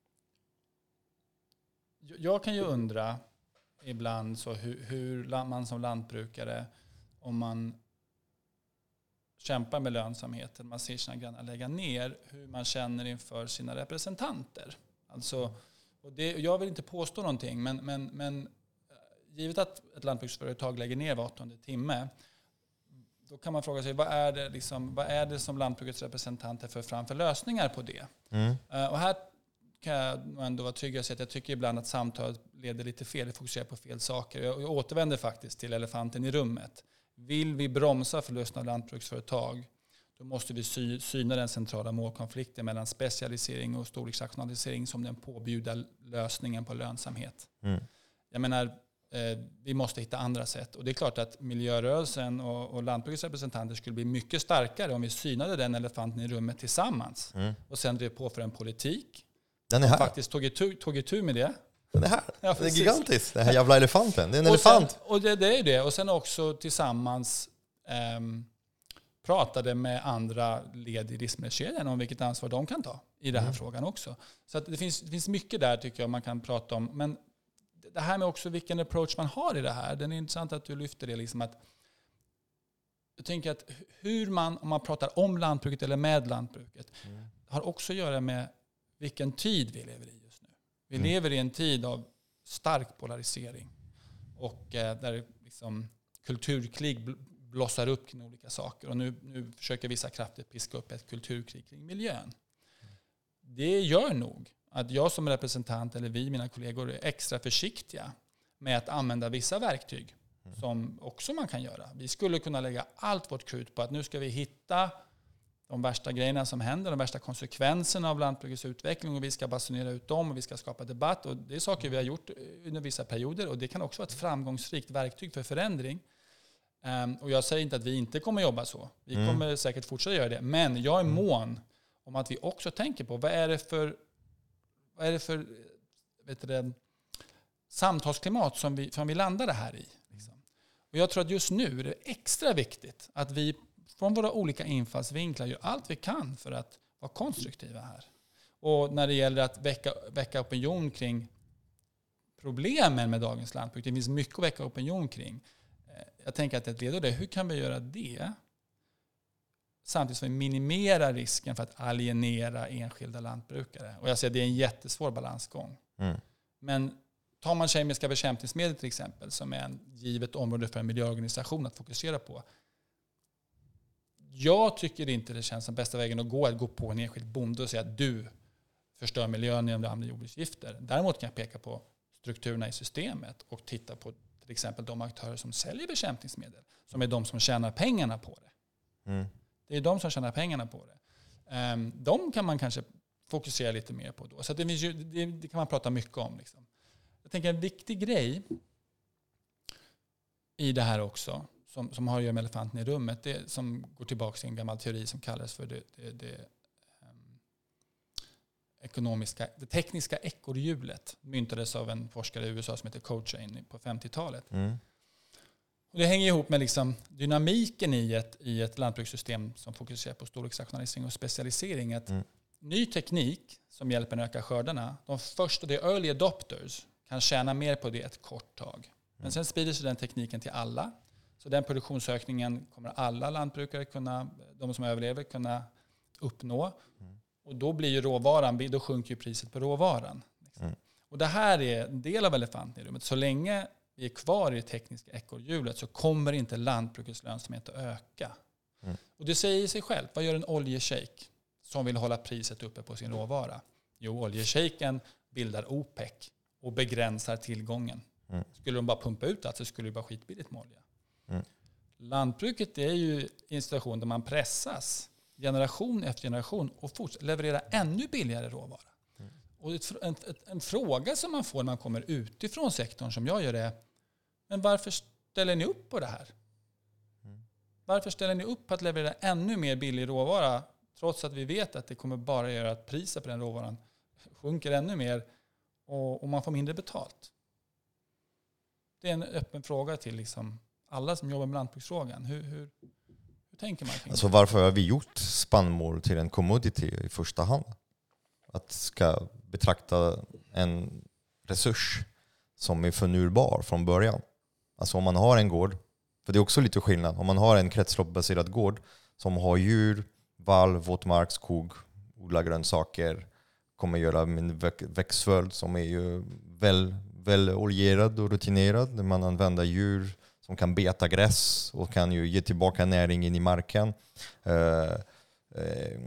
jag kan ju undra ibland så hur, hur man som lantbrukare, om man kämpar med lönsamheten, man ser sina grannar lägga ner, hur man känner inför sina representanter. Alltså, och det, jag vill inte påstå någonting, men, men, men givet att ett lantbruksföretag lägger ner var åttonde timme, då kan man fråga sig, vad är det, liksom, vad är det som lantbrukets representanter för framför lösningar på det? Mm. Uh, och här kan jag nog ändå vara trygg och säga att jag tycker ibland att samtalet leder lite fel, det fokuserar på fel saker. Jag, jag återvänder faktiskt till elefanten i rummet. Vill vi bromsa förlusten av lantbruksföretag, då måste vi sy- syna den centrala målkonflikten mellan specialisering och storleksrationalisering som den påbjuda lösningen på lönsamhet. Mm. Jag menar, eh, vi måste hitta andra sätt. Och det är klart att miljörörelsen och, och lantbrukets representanter skulle bli mycket starkare om vi synade den elefanten i rummet tillsammans. Mm. Och sen drev på för en politik Den är här. faktiskt tog itu, tog itu med det. Den är här. Ja, den är gigantisk. Den här jävla elefanten. Det är en och elefant. Sen, och det, det är det. Och sen också tillsammans um, pratade med andra led i livsmedelskedjan om vilket ansvar de kan ta i den här mm. frågan också. Så att det, finns, det finns mycket där tycker jag man kan prata om. Men det här med också vilken approach man har i det här. Den är intressant att du lyfter det. Liksom att, jag tänker att hur man, om man pratar om lantbruket eller med lantbruket, mm. har också att göra med vilken tid vi lever i just nu. Vi mm. lever i en tid av stark polarisering. Och eh, där liksom kulturkrig blossar upp kring olika saker. Och nu, nu försöker vissa krafter piska upp ett kulturkrig kring miljön. Det gör nog att jag som representant, eller vi, mina kollegor, är extra försiktiga med att använda vissa verktyg mm. som också man kan göra. Vi skulle kunna lägga allt vårt krut på att nu ska vi hitta de värsta grejerna som händer, de värsta konsekvenserna av lantbrukets utveckling, och vi ska basunera ut dem och vi ska skapa debatt. Och det är saker vi har gjort under vissa perioder, och det kan också vara ett framgångsrikt verktyg för förändring. Um, och jag säger inte att vi inte kommer jobba så. Vi mm. kommer säkert fortsätta göra det. Men jag är mån om att vi också tänker på vad är det för, vad är det för vet du det, samtalsklimat som vi, som vi landar det här i. Liksom. Och jag tror att just nu är det extra viktigt att vi från våra olika infallsvinklar gör allt vi kan för att vara konstruktiva här. Och när det gäller att väcka, väcka opinion kring problemen med dagens lantbruk, det finns mycket att väcka opinion kring. Jag tänker att ett led av det, hur kan vi göra det samtidigt som vi minimerar risken för att alienera enskilda lantbrukare? Och jag säger att det är en jättesvår balansgång. Mm. Men tar man kemiska bekämpningsmedel till exempel, som är en givet område för en miljöorganisation att fokusera på. Jag tycker inte det känns som bästa vägen att gå att gå på en enskild bonde och säga att du förstör miljön genom att använda jordbruksgifter. Däremot kan jag peka på strukturerna i systemet och titta på till exempel de aktörer som säljer bekämpningsmedel, som är de som tjänar pengarna på det. Mm. Det är de som tjänar pengarna på det. Um, de kan man kanske fokusera lite mer på då. Så det, finns ju, det, det kan man prata mycket om. Liksom. Jag tänker en viktig grej i det här också, som, som har att göra med elefanten i rummet, det som går tillbaka till en gammal teori som kallas för det, det, det um, ekonomiska, det tekniska ekorrhjulet, myntades av en forskare i U S A som heter Cochrane på femtiotalet. Mm. Och det hänger ihop med liksom dynamiken i ett, i ett lantbrukssystem som fokuserar på storleksrationalisering och specialisering. Att mm. ny teknik som hjälper att öka skördarna, de första, de early adopters, kan tjäna mer på det ett kort tag. Men mm. sen sprider sig den tekniken till alla. Så den produktionsökningen kommer alla lantbrukare kunna, de som överlever, kunna uppnå. Mm. Och då blir ju råvaran, då sjunker ju priset på råvaran. Mm. Och det här är en del av elefanten i rummet. Så länge vi är kvar i det tekniska ekorrhjulet så kommer inte lantbrukets lönsamhet att öka. Mm. Och det säger sig själv. Vad gör en oljeshejk som vill hålla priset uppe på sin råvara? Jo, oljeshejken bildar OPEC och begränsar tillgången. Mm. Skulle de bara pumpa ut det så skulle det vara skitbilligt med olja. Mm. Lantbruket är ju i en situation där man pressas generation efter generation och fortsätter leverera ännu billigare råvara. Mm. Och ett, en, en fråga som man får när man kommer utifrån sektorn som jag gör är, men varför ställer ni upp på det här? Mm. Varför ställer ni upp på att leverera ännu mer billig råvara trots att vi vet att det kommer bara göra att priset på den råvaran sjunker ännu mer och, och man får mindre betalt? Det är en öppen fråga till liksom alla som jobbar med lantbruksfrågan. Hur, hur, hur tänker man kring alltså, varför har vi gjort spannmål till en commodity i första hand? Att ska betrakta en resurs som är förnybar från början. Alltså om man har en gård, för det är också lite skillnad, om man har en kretsloppsbaserad gård som har djur, vall, våtmark, skog, odla grönsaker, kommer göra en växtföljd som är ju väl, väl oljerad och rutinerad, där man använder djur som kan beta gräs och kan ju ge tillbaka näringen i marken. Uh, uh,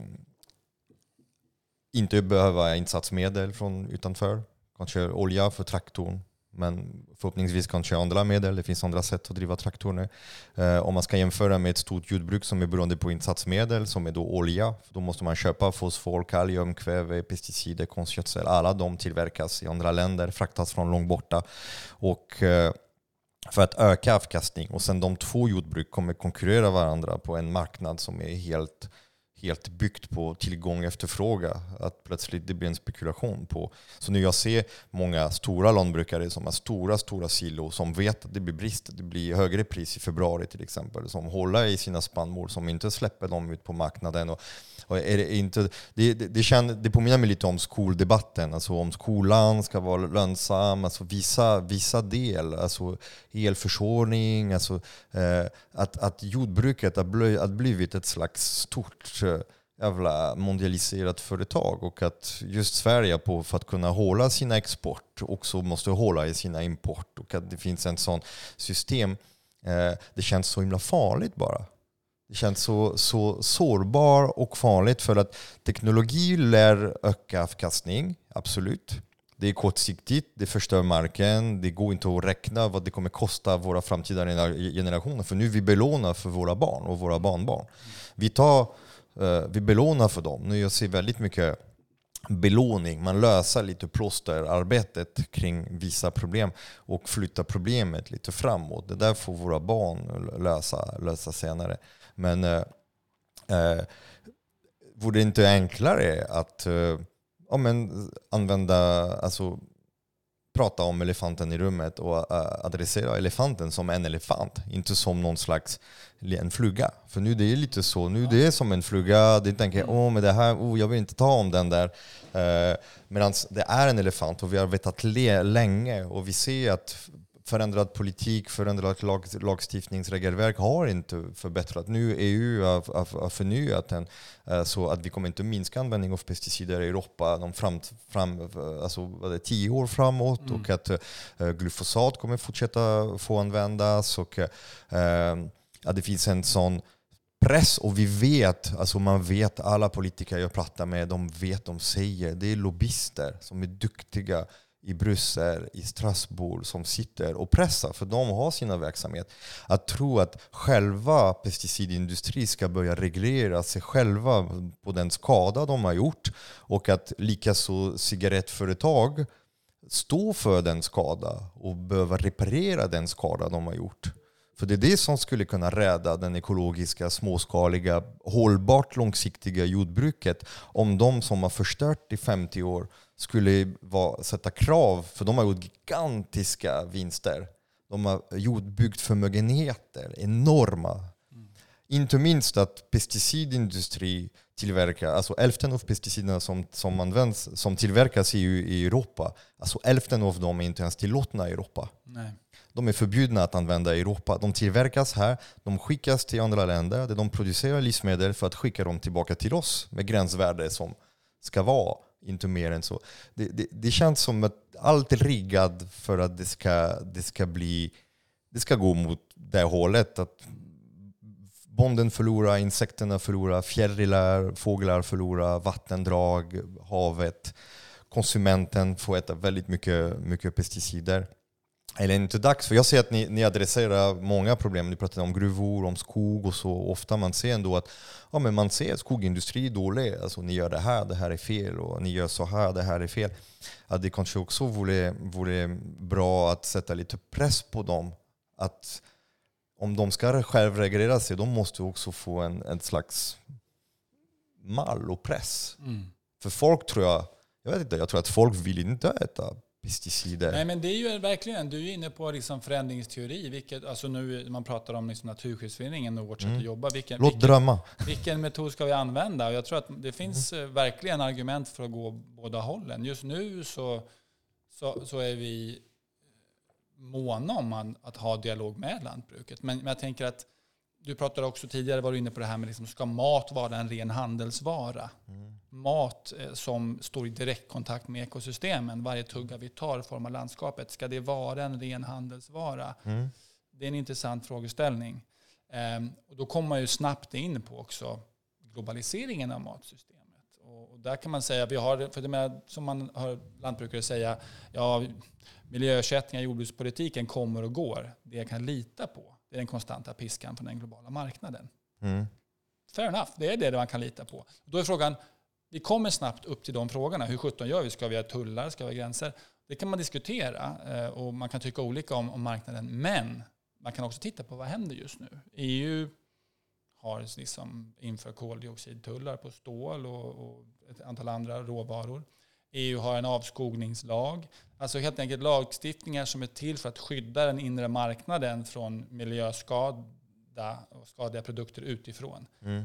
inte behöva insatsmedel från utanför. Kanske olja för traktorn. Men förhoppningsvis kanske andra medel. Det finns andra sätt att driva traktorer. Uh, om man ska jämföra med ett stort jordbruk som är beroende på insatsmedel, som är då olja. Då måste man köpa fosfor, kalium, kväve, pesticider, konstgödsel. Alla de tillverkas i andra länder, fraktas från långt borta. Och uh, för att öka avkastning. Och sen de två jordbruk kommer konkurrera varandra på en marknad som är helt, helt byggt på tillgång och efterfråga. Att plötsligt det blir en spekulation på. Så nu jag ser många stora lantbrukare som har stora, stora silo som vet att det blir brist. Det blir högre pris i februari till exempel. Som håller i sina spannmål, som inte släpper dem ut på marknaden. Och, och är det, inte, det, det, det, känner, det påminner mig lite om skoldebatten. Alltså om skolan ska vara lönsam. Alltså vissa, vissa del. Alltså elförsörjning. Alltså, eh, att, att jordbruket har blivit, har blivit ett slags stort jävla mondialiserat företag, och att just Sverige på för att kunna hålla sina export också måste hålla i sina import, och att det finns en sån system. Eh, det känns så himla farligt bara. Det känns så, så sårbar och farligt, för att teknologi lär öka avkastning, absolut. Det är kortsiktigt, det förstör marken, det går inte att räkna vad det kommer kosta våra framtida generationer. För nu vi belånar för våra barn och våra barnbarn. Vi, tar, uh, vi belånar för dem. Nu jag ser väldigt mycket belåning. Man löser lite plåsterarbetet kring vissa problem och flyttar problemet lite framåt. Det där får våra barn lösa, lösa senare. Men uh, uh, vore det inte enklare att uh, ja, men använda, alltså prata om elefanten i rummet och uh, adressera elefanten som en elefant, inte som någon slags en fluga. För nu det är lite så, nu det är som en fluga, det tänker åh men det här, oh, jag vill inte ta om den där. Uh, Medan det är en elefant och vi har vetat le- länge, och vi ser att förändrad politik, förändrad lag, lagstiftningsregelverk har inte förbättrat. Nu E U har, har förnyat den så att vi kommer inte minska användning av pesticider i Europa de fram, fram, alltså, vad det, tio år framåt, mm. och att uh, glyfosat kommer fortsätta få användas, och uh, att det finns en sån press, och vi vet, alltså man vet, alla politiker jag pratar med, de vet, de säger, det är lobbyister som är duktiga i Bryssel, i Strasbourg, som sitter och pressar, för de har sina verksamhet. Att tro att själva pesticidindustrin ska börja reglera sig själva på den skada de har gjort, och att likaså cigarettföretag står för den skada och behöver reparera den skada de har gjort. För det är det som skulle kunna rädda den ekologiska, småskaliga, hållbart långsiktiga jordbruket, om de som har förstört i femtio år skulle vara, sätta krav, för de har gjort gigantiska vinster. De har gjort byggt förmögenheter, enorma. Mm. Inte minst att pesticidindustri tillverkar, alltså hälften av pesticiderna som, som används, som tillverkas i, i Europa, alltså hälften av dem är inte ens tillåtna i Europa. Nej. De är förbjudna att använda i Europa. De tillverkas här, de skickas till andra länder där de producerar livsmedel för att skicka dem tillbaka till oss med gränsvärde som ska vara inte mer än så. Det, det, det känns som att allt är riggat för att det ska, det ska bli, det ska gå mot det hållet, att bonden förlorar, insekterna förlorar, fjärilar, fåglar förlorar, vattendrag, havet. Konsumenten får äta väldigt mycket, mycket pesticider. Eller inte dags, för jag ser att ni, ni adresserar många problem. Ni pratar om gruvor, om skog och så. Ofta man ser ändå att ja, men man ser att skogindustri är dålig. Alltså ni gör det här, det här är fel. Och ni gör så här, det här är fel. Att det kanske också vore, vore bra att sätta lite press på dem. Att om de ska självreglera sig, de måste också få en, en slags mall och press. Mm. För folk tror jag, jag vet inte, jag tror att folk vill inte äta pesticider. Nej, men det är ju verkligen, du är inne på liksom förändringsteori, vilket, alltså nu man pratar om liksom Naturskyddsföreningen och vårt sätt mm. att jobba. Vilken, Låt vilken, drömma. Vilken metod ska vi använda? Och jag tror att det finns mm. verkligen argument för att gå båda hållen. Just nu så, så, så är vi måna om att ha dialog med lantbruket. Men, men jag tänker att du pratade också tidigare, var du inne på det här med liksom, ska mat vara en ren handelsvara? Mm. Mat eh, som står i direktkontakt med ekosystemen, varje tugga vi tar formar landskapet, ska det vara en ren handelsvara? Mm. Det är en intressant frågeställning. Ehm, och då kommer man ju snabbt in på också globaliseringen av matsystemet. Och, och där kan man säga, vi har, för det med, som man hör lantbrukare säga, ja, miljöersättningar i jordbrukspolitiken kommer och går. Det jag kan lita på, det är den konstanta piskan från den globala marknaden. Mm. Fair enough, det är det man kan lita på. Då är frågan, vi kommer snabbt upp till de frågorna. Hur sjutton gör vi? Ska vi ha tullar? Ska vi ha gränser? Det kan man diskutera och man kan tycka olika om, om marknaden. Men man kan också titta på vad händer just nu. E U har liksom inför koldioxidtullar på stål och, och ett antal andra råvaror. E U har en avskogningslag. Alltså helt enkelt lagstiftningar som är till för att skydda den inre marknaden från miljöskada och skadliga produkter utifrån. Mm.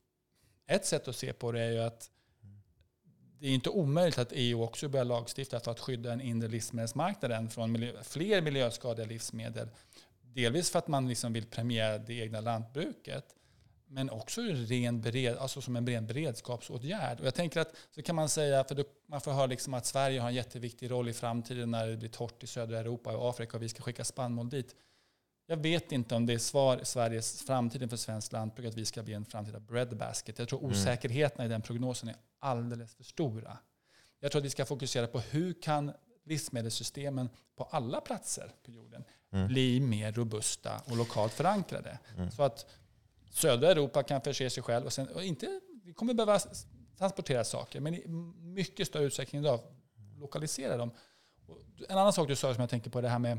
Ett sätt att se på det är ju att det är inte omöjligt att E U också börjar lagstifta för att skydda den inre livsmedelsmarknaden från miljö, fler miljöskadliga livsmedel. Delvis för att man liksom vill premiera det egna lantbruket, men också ren bered, alltså som en ren beredskapsåtgärd. Och jag tänker att så kan man säga, för då, man får höra liksom att Sverige har en jätteviktig roll i framtiden när det blir torrt i södra Europa och Afrika och vi ska skicka spannmål dit. Jag vet inte om det är svar, Sveriges framtiden för svensk lantbruk att vi ska bli en framtida breadbasket. Jag tror mm. osäkerheterna i den prognosen är alldeles för stora. Jag tror att vi ska fokusera på hur kan livsmedelssystemen på alla platser på jorden mm. bli mer robusta och lokalt förankrade. Mm. Så att södra Europa kan förse sig själv och sen och inte, vi kommer behöva transportera saker, men i mycket större utsträckning idag lokalisera dem. Och en annan sak du sa som jag tänker på, det här med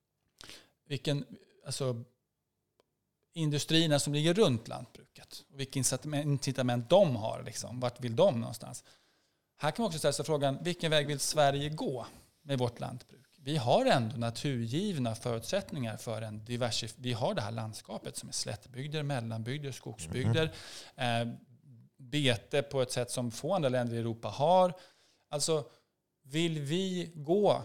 vilken, alltså industrierna som ligger runt lantbruket och vilka incitament de har, liksom, vart vill de någonstans? Här kan man också ställa sig frågan, vilken väg vill Sverige gå med vårt lantbruk? Vi har ändå naturgivna förutsättningar för en diversif- vi har det här landskapet som är slättbygder, mellanbygder, skogsbygder, mm. eh, bete på ett sätt som få andra länder i Europa har. Alltså, vill vi gå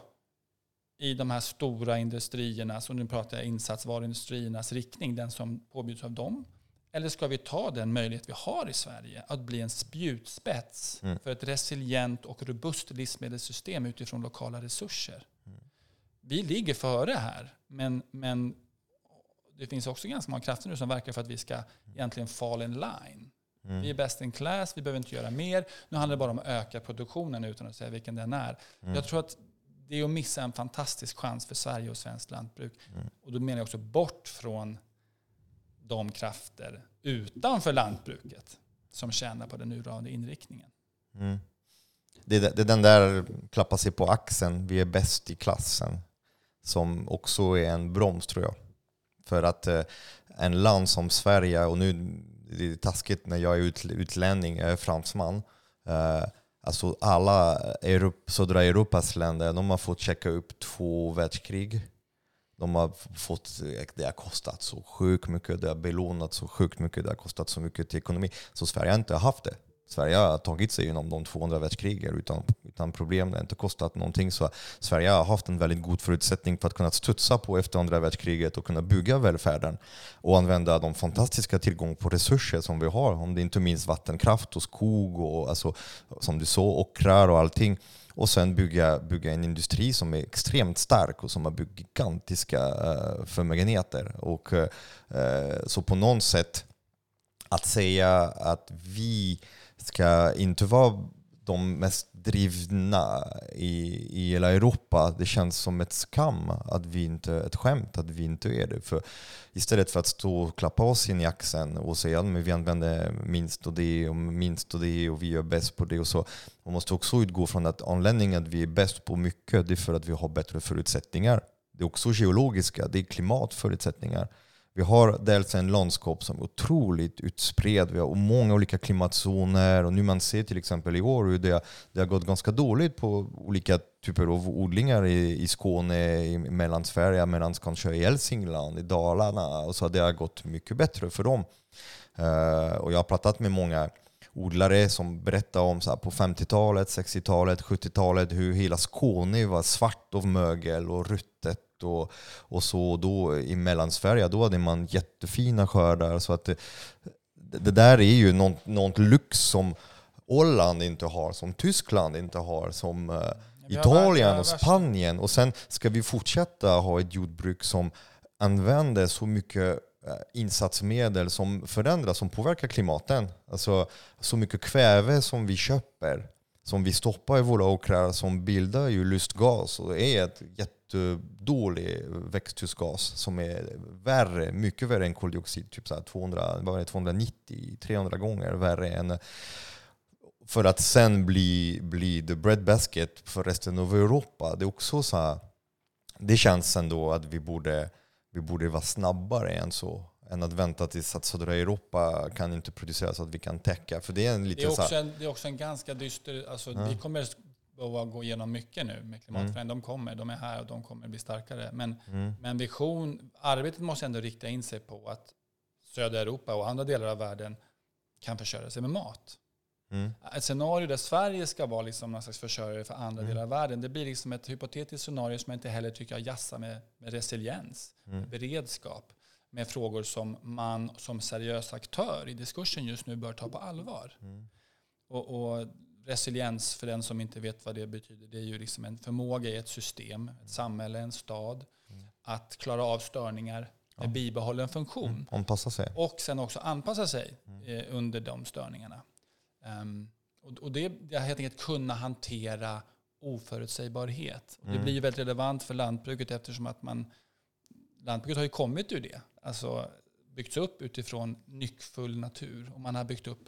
i de här stora industrierna, som nu pratar jag insatsvaruindustriernas riktning, den som påbjuds av dem? Eller ska vi ta den möjlighet vi har i Sverige att bli en spjutspets mm. för ett resilient och robust livsmedelssystem utifrån lokala resurser? Mm. Vi ligger före här, men, men det finns också ganska många krafter nu som verkar för att vi ska egentligen fall in line. Mm. Vi är best in class, vi behöver inte göra mer. Nu handlar det bara om att öka produktionen utan att säga vilken den är. Mm. Jag tror att det är att missa en fantastisk chans för Sverige och svenskt lantbruk. Mm. Och då menar jag också bort från de krafter utanför lantbruket som tjänar på den nuvarande inriktningen. Mm. Det, det är den där klappa sig på axeln, vi är bäst i klassen, som också är en broms, tror jag. För att eh, en land som Sverige, och nu det är taskigt när jag är ut, utlänning, jag är fransman, eh, alltså alla Europa, södra Europas länder, de har fått checka upp två världskrig. De har fått, det har kostat så sjukt mycket, det har belånat så sjukt mycket, det har kostat så mycket till ekonomi. Så Sverige har inte haft det. Sverige har tagit sig igenom de tvåhundra världskrigen utan, utan problem. Det har inte kostat någonting. Så Sverige har haft en väldigt god förutsättning för att kunna studsa på efter andra världskriget och kunna bygga välfärden och använda de fantastiska tillgång på resurser som vi har. Om det inte minst vattenkraft och skog och alltså, som du sa, åkrar och allting. Och sen bygga, bygga en industri som är extremt stark och som har byggt gigantiska uh, förmögenheter. Och, uh, så på något sätt att säga att vi ska inte vara de mest drivna i, i hela Europa, det känns som ett skam att vi inte, ett skämt att vi inte är det. För istället för att stå och klappa oss in i axeln och säga att vi använder minst och det och minst och det och vi gör bäst på det och så. Man måste också utgå från att anledningen att vi är bäst på mycket, det är för att vi har bättre förutsättningar. Det är också geologiska, det är klimatförutsättningar. Vi har dels en landskap som är otroligt utspred. Vi har många olika klimatzoner. Och nu man ser till exempel i år hur det, det har gått ganska dåligt på olika typer av odlingar i, i Skåne, i Mellansverige, medan kanske i Hälsingland, i Dalarna. Och så det har gått mycket bättre för dem. Uh, och jag har pratat med många odlare som berättar om så här, på femtiotalet, sextiotalet, sjuttiotalet hur hela Skåne var svart av mögel och ruttet. Och, och så då i Mellansverige, då hade man jättefina skördar. Så att det, det där är ju något, något lyx som Holland inte har, som Tyskland inte har, som uh, Italien och Spanien. Och sen ska vi fortsätta ha ett jordbruk som använder så mycket insatsmedel som förändrar, som påverkar klimaten. Alltså så mycket kväve som vi köper, som vi stoppar i våra åkrar, som bildar ju lustgas och är ett jättedålig växthusgas som är värre, mycket värre än koldioxid, typ så här tvåhundra, vad är det, tvåhundranittio, trehundra gånger värre än, för att sen bli, bli the breadbasket för resten av Europa. Det är också så här, det känns ändå att vi borde Vi borde vara snabbare än så. än att vänta tills att södra Europa kan inte producera så att vi kan täcka. För det är en lite det är också så här, en, det är också en ganska dyster... Alltså, ja. Vi kommer behöva gå igenom mycket nu med klimatförändring. Mm. De kommer, de är här och de kommer bli starkare. Men, mm, men vision, arbetet måste ändå rikta in sig på att södra Europa och andra delar av världen kan försörja sig med mat. mm, Ett scenario där Sverige ska vara liksom någon slags försörjare för andra Mm. delar av världen, det blir liksom ett hypotetiskt scenario som jag inte heller tycker jag jassar med, med resiliens, mm, beredskap, med frågor som man som seriös aktör i diskursen just nu bör ta på allvar. mm, Och, och resiliens, för den som inte vet vad det betyder, det är ju liksom en förmåga i ett system, ett samhälle, en stad, Mm. att klara av störningar med Ja. bibehållen funktion. mm. Anpassa sig. Och sen också anpassa sig Mm. eh, under de störningarna. Um, och, och det är helt enkelt kunna hantera oförutsägbarhet. Och det Mm. blir ju väldigt relevant för lantbruket eftersom att man, lantbruket har ju kommit ur det. Alltså byggts upp utifrån nyckfull natur. Och man har byggt upp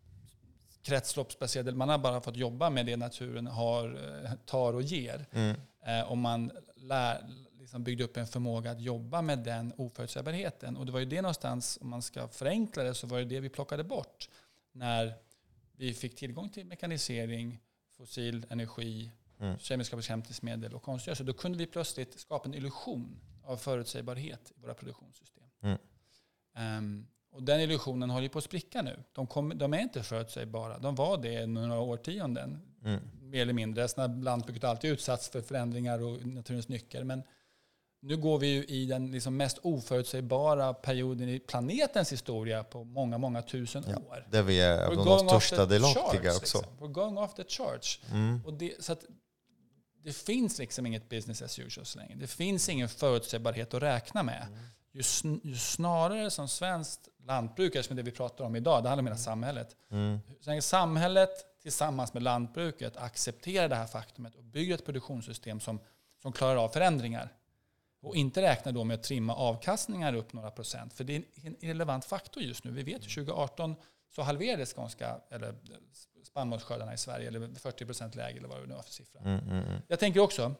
kretsloppsbaserade, man har bara fått jobba med det naturen har, tar och ger. Mm. Eh, och man lär, liksom byggde upp en förmåga att jobba med den oförutsägbarheten. Och det var ju det någonstans, om man ska förenkla det, så var det det vi plockade bort när vi fick tillgång till mekanisering, fossil energi, Mm. kemiska bekämpningsmedel och konstgödsel. Då kunde vi plötsligt skapa en illusion av förutsägbarhet i våra produktionssystem. Mm. Um, och den illusionen håller på att spricka nu. De, kom, de är inte förutsägbara. De var det några årtionden, Mm. mer eller mindre. Sen lantbruket har alltid utsatts för förändringar och naturens nycker. Men nu går vi ju i den liksom mest oförutsägbara perioden i planetens historia på många, många tusen Ja. år. Där vi är We're av de going off största the delaktiga charts, också. liksom. We're going off the charts. Mm. Och det, så att det finns liksom inget business as usual så länge. Det finns ingen förutsägbarhet att räkna med. Mm. Ju, sn- ju snarare som svenskt lantbrukare, som är det vi pratar om idag, det handlar om hela samhället. Mm. Så länge samhället tillsammans med lantbruket accepterar det här faktumet och bygger ett produktionssystem som, som klarar av förändringar och inte räknar då med att trimma avkastningar upp några procent. För det är en irrelevant faktor just nu. Vi vet ju tjugo arton så halverades skånska, eller spannmålsskördarna i Sverige, eller fyrtio procent lägre eller vad det nu var för siffra. Mm. Mm. Mm. Jag tänker också,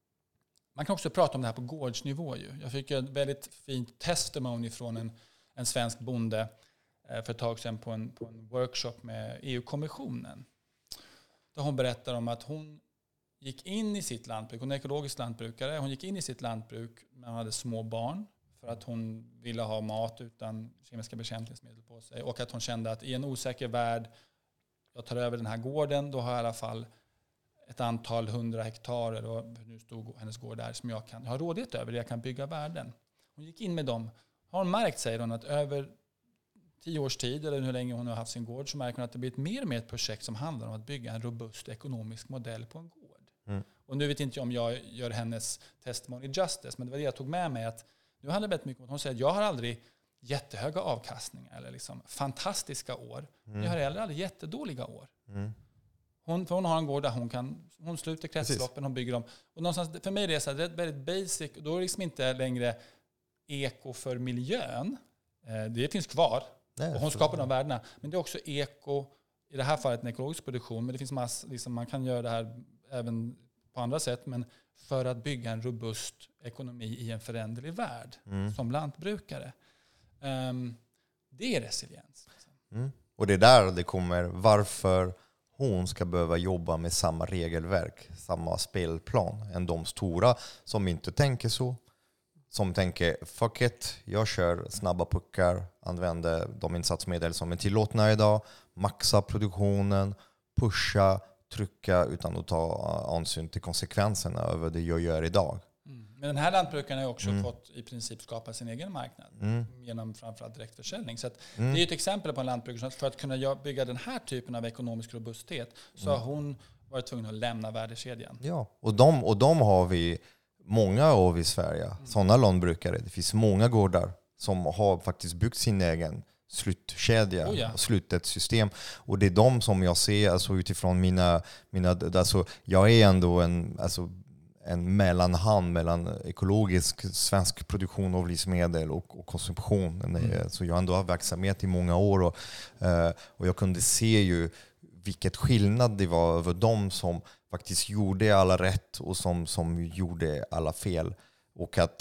man kan också prata om det här på gårdsnivå. Ju. Jag fick ett väldigt fint testimony från en, en svensk bonde eh, för ett tag sedan på en, på en workshop med E U-kommissionen. Där hon berättar om att hon gick in i sitt lantbruk, hon är ekologisk lantbrukare, hon gick in i sitt lantbruk när hon hade små barn för att hon ville ha mat utan kemiska bekämpningsmedel på sig, och att hon kände att i en osäker värld, jag tar över den här gården, då har jag i alla fall ett antal hundra hektar, eller nu stod hennes gård där, som jag kan jag har rådighet över, det jag kan bygga värden. Hon gick in med dem. Har hon märkt, säger hon, att över tio års tid, eller hur länge hon har haft sin gård, så märker hon att det blir mer och mer ett projekt som handlar om att bygga en robust ekonomisk modell på en gård. Mm. Och nu vet inte jag om jag gör hennes testimony justice, men det var det jag tog med mig, att nu handlar det väldigt mycket om att hon säger att jag har aldrig jättehöga avkastningar eller liksom fantastiska år. Mm. Jag har heller aldrig jättedåliga år. Mm. Hon, för hon har en gård där hon kan, hon sluter kretsloppen, hon bygger dem. Och någonstans, för mig är det så här, det är väldigt basic, då är det liksom inte längre eko för miljön. Eh, det finns kvar. Nej, Och hon skapar de värdena. Men det är också eko, i det här fallet en ekologisk produktion, men det finns mass, liksom, man kan göra det här även på andra sätt, men för att bygga en robust ekonomi i en föränderlig värld Mm. som lantbrukare. Um, det är resiliens. Mm. Och det är där det kommer varför hon ska behöva jobba med samma regelverk, samma spelplan än de stora som inte tänker så. Som tänker, fuck it, jag kör snabba puckar, använder de insatsmedel som är tillåtna idag, maxa produktionen, pusha, trycka utan att ta ansyn till konsekvenserna över det jag gör idag. Mm. Men den här lantbrukaren har också Mm. fått i princip skapa sin egen marknad Mm. genom framförallt direktförsäljning. Så att Mm. det är ett exempel på en lantbrukare som för att kunna gö- bygga den här typen av ekonomisk robusthet så har hon varit tvungen att lämna värdekedjan. Ja, och de, och de har vi många av i Sverige. Mm. Sådana lantbrukare. Det finns många gårdar som har faktiskt byggt sin egen slutkedja, Oh ja. slutet system. Och det är de som jag ser alltså, utifrån mina... mina alltså, jag är ändå en, alltså, en mellanhand mellan ekologisk svensk produktion av livsmedel och, och konsumtion. Mm. Så jag ändå har verksamhet i många år och, uh, och jag kunde se ju vilket skillnad det var över de som faktiskt gjorde alla rätt och som, som gjorde alla fel. Och att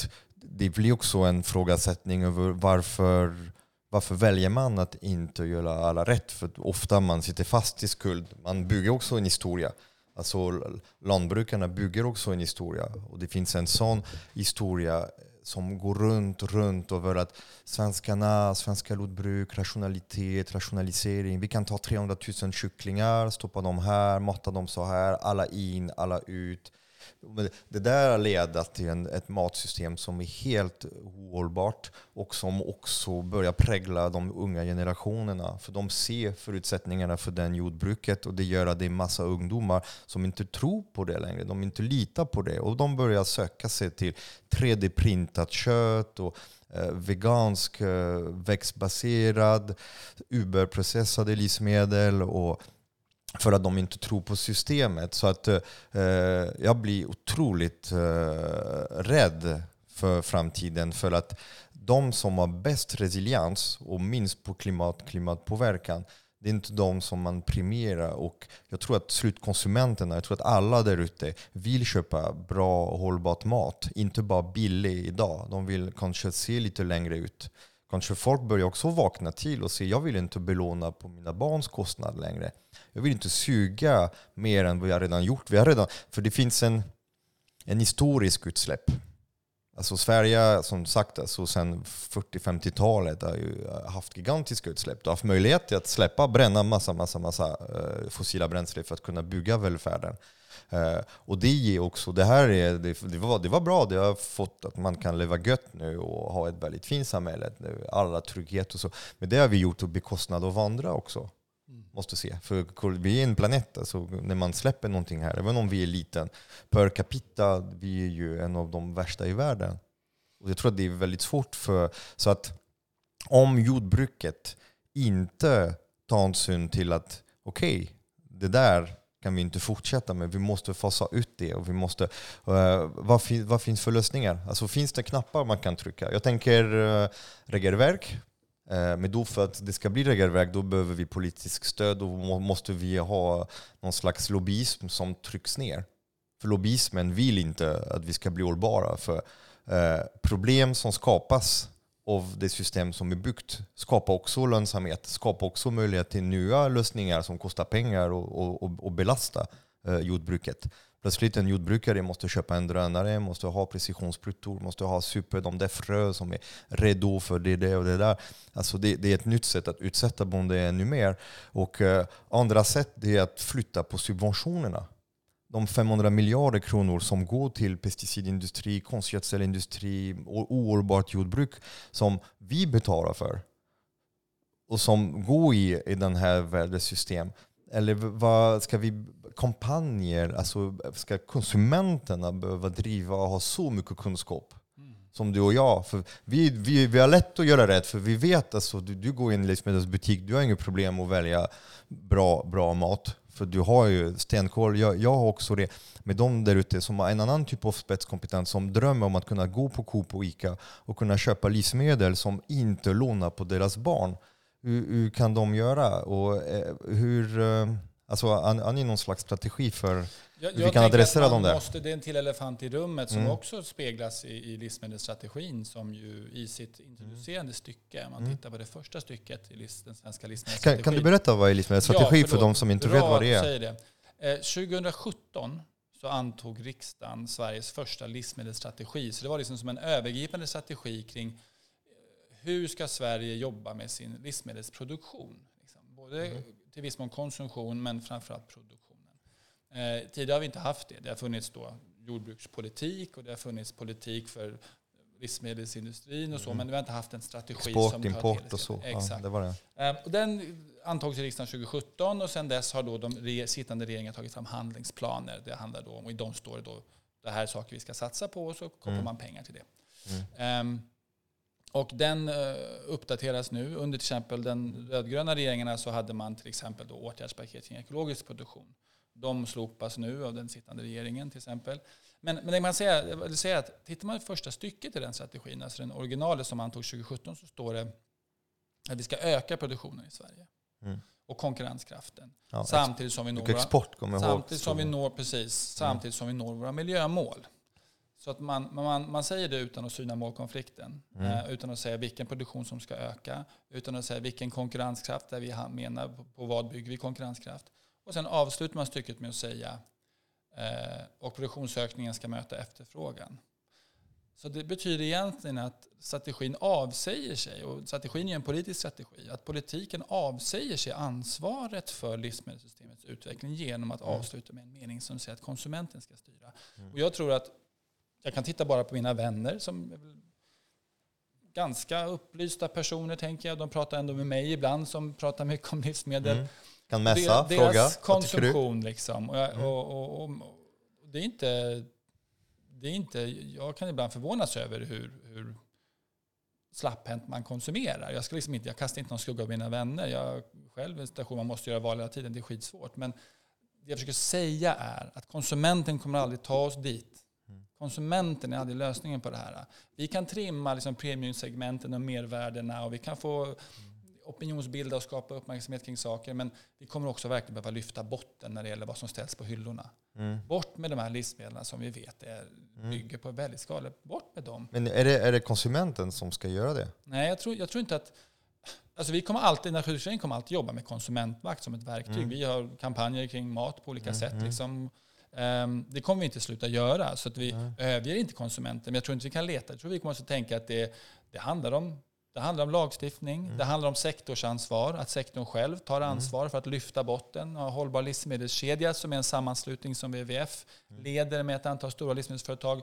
det blir också en frågasättning över varför, varför väljer man att inte göra alla rätt? För ofta man sitter fast i skuld. Man bygger också en historia. Alltså landbrukarna bygger också en historia. Och det finns en sån historia som går runt och runt över att svenskarna, svenska jordbruk, rationalitet, rationalisering. Vi kan ta trehundratusen kycklingar, stoppa dem här, mata dem så här, alla in, alla ut. Det där leder till en, ett matsystem som är helt ohållbart och som också börjar prägla de unga generationerna. För de ser förutsättningarna för den jordbruket och det gör att det är massa ungdomar som inte tror på det längre. De inte litar på det och de börjar söka sig till tre D-printat kött och eh, vegansk, eh, växtbaserad, uberprocessade livsmedel och för att de inte tror på systemet. Så att eh, jag blir otroligt eh, rädd för framtiden. För att de som har bäst resiliens och minst på klimat, klimatpåverkan, det är inte de som man premierar. Och jag tror att slutkonsumenterna, jag tror att alla där ute vill köpa bra och hållbart mat. Inte bara billig idag. De vill kanske se lite längre ut. Kanske folk börjar också vakna till och säga jag vill inte belåna på mina barns kostnad längre. Jag vill inte suga mer än vad jag redan gjort. Vi har redan, för det finns en, en historisk utsläpp. Alltså Sverige, som sagt, alltså sedan fyrtio-femtiotalet har ju haft gigantiska utsläpp. Du har haft möjlighet att släppa, bränna massa, massa, massa fossila bränsle för att kunna bygga välfärden. Uh, och det ger också, det här är, det, det, var, det var bra, det har fått att man kan leva gött nu och ha ett väldigt fint samhälle, alla trygghet och så. Men det har vi gjort på bekostnad av andra också, mm. måste se. För vi är en planet, alltså när man släpper någonting här, även om vi är liten, per capita, vi är ju en av de värsta i världen. Och jag tror att det är väldigt svårt för, så att om jordbruket inte tar hänsyn till att okej, okay, det där kan vi inte fortsätta med. Vi måste fasa ut det. Och vi måste, uh, vad, fin, vad finns för lösningar? Alltså, finns det knappar man kan trycka? Jag tänker uh, regelverk. Uh, men då för att det ska bli regelverk då behöver vi politisk stöd och må, måste vi ha någon slags lobbyism som trycks ner. För lobbyismen vill inte att vi ska bli hållbara. För uh, problem som skapas av det system som är byggt skapar också lönsamhet, skapar också möjlighet till nya lösningar som kostar pengar och, och, och belasta eh, jordbruket. Plötsligt en jordbrukare måste köpa en drönare, måste ha precisionssprutor, måste ha super, de där frö som är redo för det, det och det där. Alltså det, det är ett nytt sätt att utsätta bonden ännu mer. Och eh, andra sätt det är att flytta på subventionerna. De femhundra miljarder kronor som går till pesticidindustri, konstgödselindustri och ohållbart jordbruk som vi betalar för och som går i, i den här värdesystem. Eller vad ska vi kampanjer, alltså ska konsumenterna behöva driva och ha så mycket kunskap mm. som du och jag? För vi, vi, vi har lätt att göra rätt för vi vet alltså du, du går in i en livsmedelsbutik, du har inget problem att välja bra, bra mat. För du har ju stenkoll, jag, jag har också det. Med de där ute som har en annan typ av spetskompetens som drömmer om att kunna gå på Coop och Ica och kunna köpa livsmedel som inte lånar på deras barn. Hur, hur kan de göra? Och eh, hur, eh, alltså, har ni någon slags strategi för jag, hur vi kan adressera dem där? Måste, det är en till elefant i rummet som mm. också speglas i, i livsmedelsstrategin som ju i sitt introducerande mm. stycke, om man mm. tittar på det första stycket i list, den svenska livsmedelsstrategin. Kan, kan du berätta vad är livsmedelsstrategi ja, för de som inte vet vad det är? Det. Eh, tjugohundrasjutton så antog riksdagen Sveriges första livsmedelsstrategi. Så det var liksom som en övergripande strategi kring hur ska Sverige jobba med sin livsmedelsproduktion. Liksom. Både mm. till viss mån konsumtion men framförallt produktionen. Eh, tidigare har vi inte haft det. Det har funnits då jordbrukspolitik och det har funnits politik för livsmedelsindustrin och så, mm. men vi har inte haft en strategi Export, som tar import till och så. Exakt. Ja, det var det. Eh, och den antogs i riksdagen tjugosjutton och sedan dess har då de re- sittande regeringar tagit fram handlingsplaner. Det handlar då om, och i de står det då det här är saker vi ska satsa på och så kopplar mm. man pengar till det. Mm. Eh, och den uh, uppdateras nu. Under till exempel den rödgröna regeringarna så hade man till exempel då åtgärdspaket kring ekologisk produktion. De slopas nu av den sittande regeringen till exempel. Men, men det man säger, jag vill säga att tittar man på första stycket i den strategin, alltså den originalet som antogs tjugosjutton, så står det att vi ska öka produktionen i Sverige. Mm. Och konkurrenskraften. Ja, samtidigt som vi når, export, samtidigt som vi når precis, samtidigt mm. som vi når våra miljömål. Så att man, man, man säger det utan att syna målkonflikten. Mm. Eh, utan att säga vilken produktion som ska öka. Utan att säga vilken konkurrenskraft där vi menar på, på vad bygger vi konkurrenskraft. Och sen avslutar man stycket med att säga eh, och produktionsökningen ska möta efterfrågan. Så det betyder egentligen att strategin avsäger sig, och strategin är en politisk strategi, att politiken avsäger sig ansvaret för livsmedelssystemets utveckling genom att avsluta med en mening som säger att konsumenten ska styra. Mm. Och jag tror att jag kan titta bara på mina vänner som är ganska upplysta personer, tänker jag. De pratar ändå med mig ibland som pratar mycket om livsmedel. Mm. Kan mässa, det, fråga. Deras konsumtion liksom. Och, jag, mm. och, och, och, och det är inte... Det är inte, jag kan ibland förvånas över hur, hur slapphänt man konsumerar. Jag, ska liksom inte, jag kastar inte någon skugga av mina vänner. Jag själv är en station man måste göra val hela tiden. Det är skitsvårt. Men det jag försöker säga är att konsumenten kommer aldrig ta oss dit. Konsumenten är aldrig lösningen på det här. Vi kan trimma liksom premiumsegmenten och mervärdena, och vi kan få opinionsbilda och skapa uppmärksamhet kring saker, men vi kommer också verkligen behöva lyfta botten när det gäller vad som ställs på hyllorna. Mm. Bort med de här livsmedlen som vi vet är, bygger på väldigt skala. Bort med dem. Men är det, är det konsumenten som ska göra det? Nej, jag tror, jag tror inte att... Alltså vi kommer alltid, Naturskyddsföreningen kommer alltid jobba med konsumentmakt som ett verktyg. Mm. Vi har kampanjer kring mat på olika mm. sätt. Liksom. Um, det kommer vi inte sluta göra. Så att vi mm. överger inte konsumenten. Men jag tror inte vi kan leta. Jag tror vi kommer att tänka att det, det handlar om Det handlar om lagstiftning, mm. det handlar om sektorsansvar, att sektorn själv tar ansvar mm. för att lyfta botten. Och Hållbar livsmedelskedja, som är en sammanslutning som W W F mm. leder med ett antal stora livsmedelsföretag.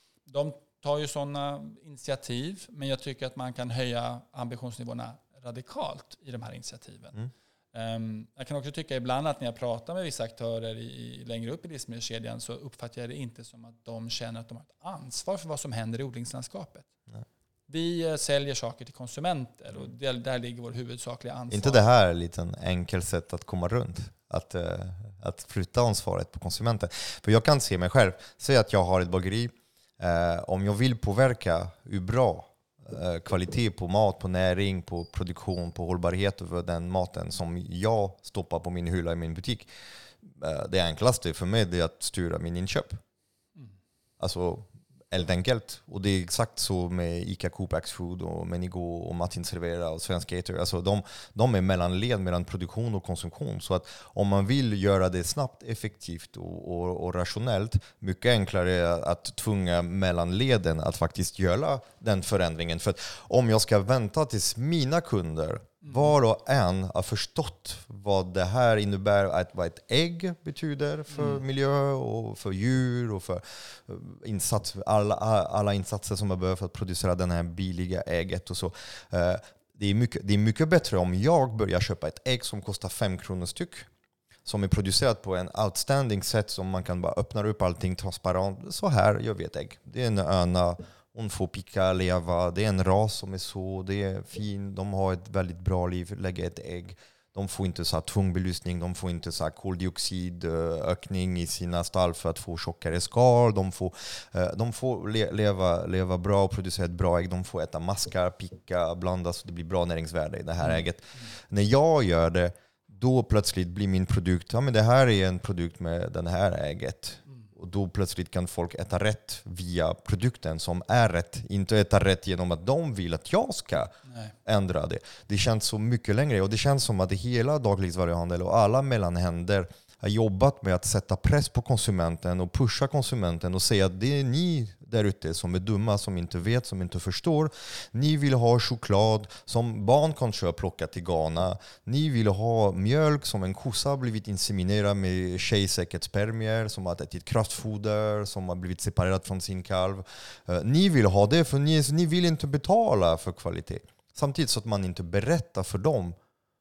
De tar ju sådana initiativ, men jag tycker att man kan höja ambitionsnivåerna radikalt i de här initiativen. Mm. Um, jag kan också tycka ibland att när jag pratar med vissa aktörer i, i, längre upp i livsmedelskedjan, så uppfattar jag det inte som att de känner att de har ett ansvar för vad som händer i odlingslandskapet. Nej. Vi säljer saker till konsumenter, och där, där ligger vår huvudsakliga ansvar. Inte det här är ett enkelt sätt att komma runt? Att, uh, att flytta ansvaret på konsumenten. För jag kan se mig själv. Säg att jag har ett bageri. Uh, om jag vill påverka hur bra uh, kvalitet på mat, på näring, på produktion, på hållbarhet över den maten som jag stoppar på min hylla i min butik. Uh, det enklaste för mig är att styra min inköp. Mm. Alltså... helt enkelt. Och det är exakt så med ICA, Coop, Axfood och Menigo och Martin Servera och Svensk Gator. Alltså de, de är mellanled mellan produktion och konsumtion. Så att om man vill göra det snabbt, effektivt och, och, och rationellt, mycket enklare att tvunga mellanleden att faktiskt göra den förändringen. För att om jag ska vänta tills mina kunder var och en har förstått vad det här innebär, att vad ett ägg betyder för mm. miljö och för djur och för insats, alla, alla insatser som man behöver för att producera den här billiga ägget och så. Det är mycket, det är mycket bättre om jag börjar köpa ett ägg som kostar fem kronor styck, som är producerat på en outstanding sätt, som man kan bara öppna upp allting transparent. Så här gör vi ett ägg. Det är en öna. Hon får picka, leva. Det är en ras som är så. Det är fin. De har ett väldigt bra liv. Lägga ett ägg. De får inte så här tvångbelysning. De får inte så här koldioxidökning i sina stall för att få tjockare skal. De får, de får le- leva, leva bra och producera ett bra ägg. De får äta maskar, picka, blanda så det blir bra näringsvärde i det här mm. ägget. Mm. När jag gör det, då plötsligt blir min produkt, ja men det här är en produkt med den här ägget. Och då plötsligt kan folk äta rätt via produkten som är rätt. Inte äta rätt genom att de vill att jag ska Nej. ändra det. Det känns så mycket längre. Och det känns som att hela dagligvaruhandel och alla mellanhänder har jobbat med att sätta press på konsumenten och pusha konsumenten och säga att det är ni där ute som är dumma, som inte vet, som inte förstår. Ni vill ha choklad som barn kan köra plocka till Ghana. Ni vill ha mjölk som en kossa har blivit inseminerad med tjejsäkert spermier, som har ätit kraftfoder, som har blivit separerat från sin kalv. Ni vill ha det för ni, ni vill inte betala för kvalitet. Samtidigt så att man inte berättar för dem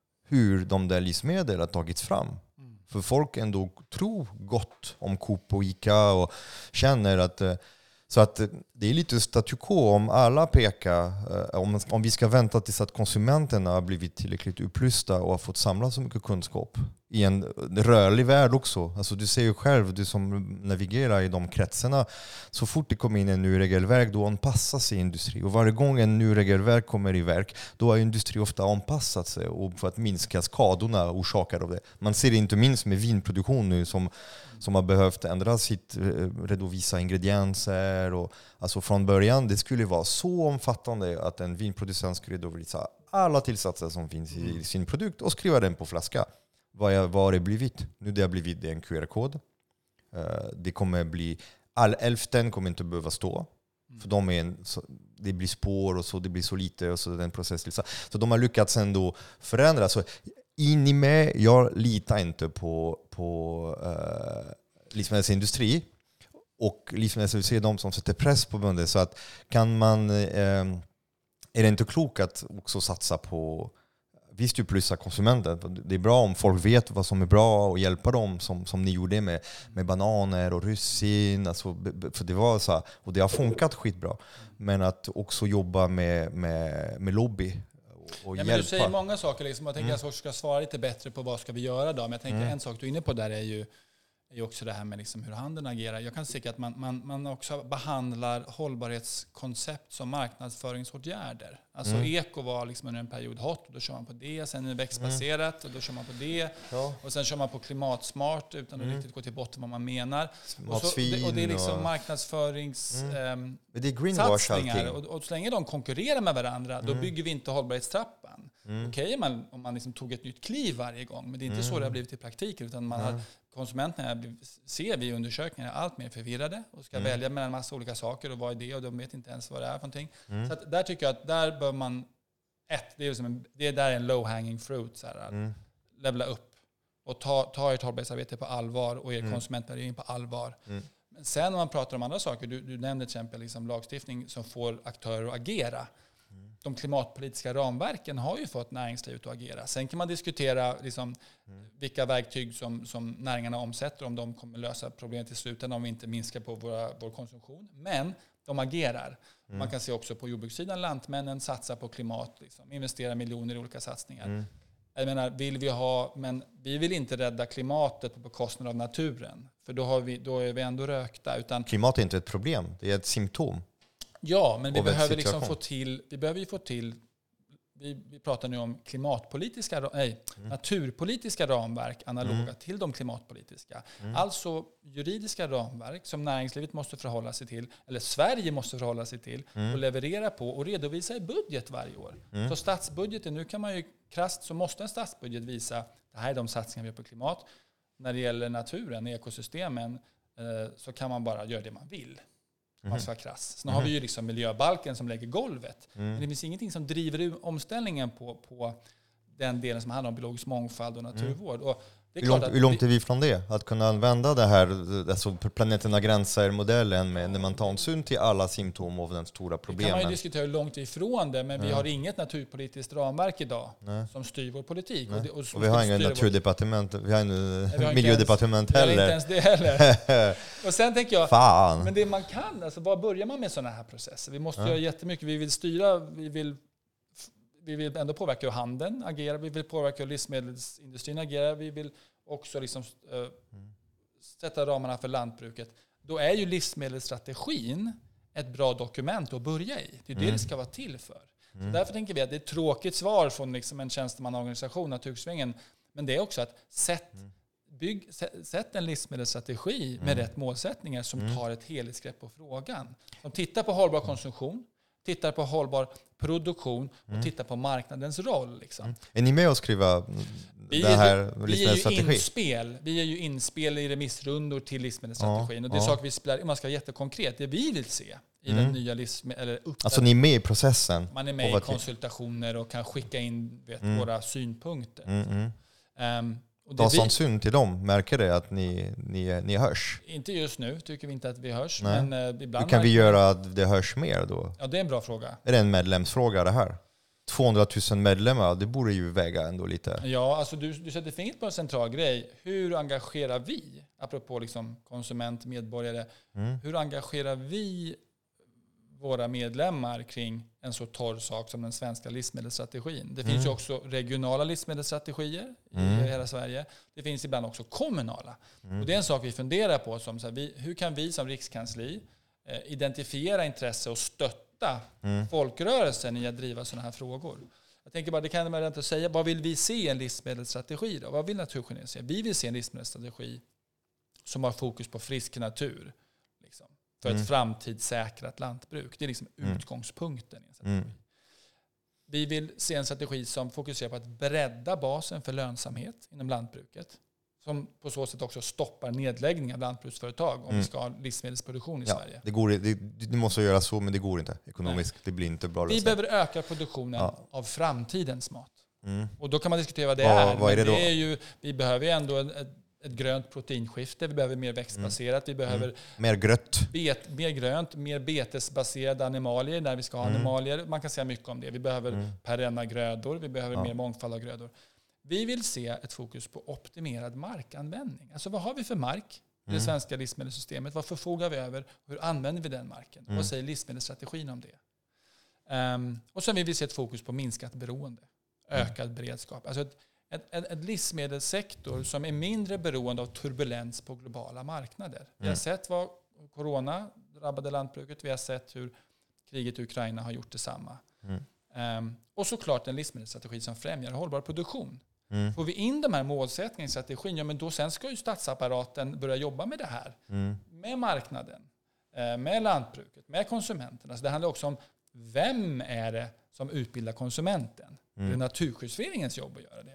hur de där livsmedel har tagits fram. För folk ändå tror gott om Coop och ICA och känner att... Så att det är lite statu quo om alla pekar, om, om vi ska vänta tills att konsumenterna har blivit tillräckligt upplysta och har fått samla så mycket kunskap. i en rörlig värld också. Alltså du ser ju själv, du som navigerar i de kretsarna, så fort det kommer in en ny regelverk då anpassar sig industri. Och varje gång en ny regelverk kommer i verk, då har industri ofta anpassat sig och för att minska skadorna orsakade av det. Man ser det inte minst med vinproduktion nu som, som har behövt ändra sitt, redovisa ingredienser. Och, alltså från början, det skulle vara så omfattande att en vinproducent skulle redovisa alla tillsatser som finns i sin produkt och skriva den på flaska. Vad har det blivit? Nu det har blivit en Q R-kod. Det kommer bli, all älften kommer inte behöva stå. För de är en, så, det blir spår och så, det blir så lite och så den processen. Så de har lyckats ändå förändra. Så in i mig, jag litar inte på, på uh, livsmedelsindustri. Och livsmedelsindustri är de som sätter press på bönder. Så att kan man, uh, är det inte klokt att också satsa på visst ju plussa konsumenten. Det är bra om folk vet vad som är bra och hjälpa dem som, som ni gjorde med, med bananer och russin. Alltså, för det var så här, och det har funkat skitbra. Men att också jobba med, med, med lobby och ja, hjälpa. Men du säger många saker. Liksom. Jag tänker mm. att jag ska svara lite bättre på vad ska vi göra då. Men jag tänker mm. en sak du är inne på där är ju är ju också det här med liksom hur handeln agerar. Jag kan säga att man, man, man också behandlar hållbarhetskoncept som marknadsföringsåtgärder. Alltså mm. eko var liksom under en period hot, och då kör man på det. Sen är det växtbaserat och då kör man på det. Ja. Och sen kör man på klimatsmart utan att mm. riktigt gå till botten vad man menar. Och, så, och, det, och det är liksom och marknadsförings mm. ähm, det är greenwash satsningar. Och, och så länge de konkurrerar med varandra, mm. då bygger vi inte hållbarhetstrappan. Mm. Okej, man, om man liksom tog ett nytt kliv varje gång, men det är inte mm. så det har blivit i praktiken, utan man mm. har, konsumenterna ser vi i undersökningar allt mer förvirrade och ska mm. välja mellan en massa olika saker och vad är det, och de vet inte ens vad det är för någonting. Mm. Så att där tycker jag att där bör man ett, det är, som en, det är där en low hanging fruit så här, mm. levla upp och ta, ta ert hållbarhetsarbete på allvar och er mm. konsumentvärdering på allvar. Mm. Men sen om man pratar om andra saker, du, du nämnde till exempel liksom lagstiftning som får aktörer att agera. De klimatpolitiska ramverken har ju fått näringslivet att agera. Sen kan man diskutera liksom, mm. vilka verktyg som, som näringarna omsätter, om de kommer lösa problemet i slutändan om vi inte minskar på våra, vår konsumtion. Men de agerar. Mm. Man kan se också på jordbrukssidan, lantmännen satsar på klimat, liksom, investerar miljoner i olika satsningar. Mm. Jag menar, vill vi ha, men vi vill inte rädda klimatet på bekostnad av naturen. För då, har vi, då är vi ändå rökta. Utan, klimat är inte ett problem, det är ett symptom. Ja, men vi behöver liksom få till, vi behöver ju få till, vi, vi pratar nu om klimatpolitiska, nej, mm. naturpolitiska ramverk analoga mm. till de klimatpolitiska. Mm. Alltså juridiska ramverk som näringslivet måste förhålla sig till, eller Sverige måste förhålla sig till mm. och leverera på och redovisa i budget varje år. Mm. Så statsbudgeten, nu kan man ju krasst så måste en statsbudget visa, det här är de satsningar vi har på klimat. När det gäller naturen, ekosystemen, eh, så kan man bara göra det man vill. Man ska vara krass. Sen har vi ju liksom miljöbalken som lägger golvet. Mm. Men det finns ingenting som driver omställningen på, på den delen som handlar om biologisk mångfald och naturvård. Och det är hur, långt, hur långt är vi från det? Att kunna använda det här, alltså planeterna gränser-modellen med, när man tar hänsyn till alla symptom av den stora problemen. Det kan man ju diskutera hur långt ifrån det, men mm. vi har inget naturpolitiskt ramverk idag Nej. som styr vår politik. Och, det, och, och vi har ingen naturdepartement, vi har ingen miljödepartement heller. Vi har inte ens det heller. Och sen tänker jag, Fan. men det man kan, alltså var börjar man med sådana här processer? Vi måste mm. göra jättemycket, vi vill styra, vi vill Vi vill ändå påverka hur handeln agerar. Vi vill påverka hur livsmedelsindustrin agerar. Vi vill också liksom, äh, mm. sätta ramarna för lantbruket. Då är ju livsmedelsstrategin ett bra dokument att börja i. Det är mm. det det ska vara till för. Mm. Så därför tänker vi att det är ett tråkigt svar från liksom en tjänstemannaorganisation, Naturskyddsföreningen. Men det är också att sätt, bygg, sätt en livsmedelsstrategi mm. med rätt målsättningar som mm. tar ett helhetsgrepp på frågan. De tittar på hållbar konsumtion, tittar på hållbar produktion och mm. tittar på marknadens roll. Liksom. Mm. Är ni med och skriva vi det här är, livsmedelsstrategi? Vi är ju inspel. Vi är ju inspel i remissrundor till livsmedelsstrategin. Ja, och det är ja. saker vi spelar, man ska vara jättekonkret. Det vi vill se i mm. den nya livsmedel... Alltså ni är med i processen? Man är med i konsultationer och kan skicka in vet, mm. våra synpunkter. Mm, mm. Um, Ta sån syn till dem, märker det att ni, ni, ni hörs? Inte just nu tycker vi inte att vi hörs. Nej. Men uh, ibland Hur kan vi göra att det hörs mer då? Ja, det är en bra fråga. Är det en medlemsfråga det här? tvåhundratusen medlemmar, det borde ju väga ändå lite. Ja, alltså du, du sätter fingret på en central grej. Hur engagerar vi, apropå liksom konsument, medborgare, mm. hur engagerar vi våra medlemmar kring en så torr sak som den svenska livsmedelsstrategin. Det Mm. finns ju också regionala livsmedelsstrategier Mm. i hela Sverige. Det finns ibland också kommunala. Mm. Och det är en sak vi funderar på. Som så här, vi, hur kan vi som rikskansli eh, identifiera intresse och stötta Mm. folkrörelsen i att driva sådana här frågor? Jag tänker bara, det kan man inte säga. Vad vill vi se i en livsmedelsstrategi då? Vad vill Naturskyddsföreningen se? Vi vill se en livsmedelsstrategi som har fokus på frisk natur. Liksom, för Mm. ett framtidssäkrat lantbruk. Det är liksom Mm. utgångspunkten i en strategi. Mm. Vi vill se en strategi som fokuserar på att bredda basen för lönsamhet inom lantbruket. Som på så sätt också stoppar nedläggning av lantbruksföretag om Mm. vi ska ha livsmedelsproduktion i Ja, Sverige. det, går, det, det måste göra så, men det går inte ekonomiskt. Det blir inte bra Vi lösning. behöver öka produktionen Ja. av framtidens mat. Mm. Och då kan man diskutera vad det Vad- är. vad är men det då? det är ju, vi behöver ju ändå ett, ett grönt proteinskifte. Vi behöver mer växtbaserat. Vi behöver Mm. Mer grött. bet, mer grönt, mer betesbaserade animalier när vi ska ha Mm. animalier. Man kan säga mycket om det. Vi behöver Mm. perenna grödor. Vi behöver Ja. mer mångfald av grödor. Vi vill se ett fokus på optimerad markanvändning. Alltså vad har vi för mark i det Mm. svenska livsmedelssystemet? Vad förfogar vi över? Hur använder vi den marken? Mm. Vad säger livsmedelsstrategin om det? Um, och sen vill vi se ett fokus på minskat beroende. Ökad beredskap. Alltså ett, ett, ett, ett livsmedelssektor som är mindre beroende av turbulens på globala marknader. Vi har Mm. sett vad corona drabbade lantbruket. Vi har sett hur kriget i Ukraina har gjort detsamma. Mm. Um, och såklart en livsmedelsstrategi som främjar hållbar produktion. Mm. Får vi in de här målsättningarna i strategin, ja, men då sen ska ju statsapparaten börja jobba med det här. Mm. Med marknaden, eh, med lantbruket, med konsumenterna. Så det handlar också om vem är det som utbildar konsumenten. Mm. Det är Naturskyddsföreningens jobb att göra det.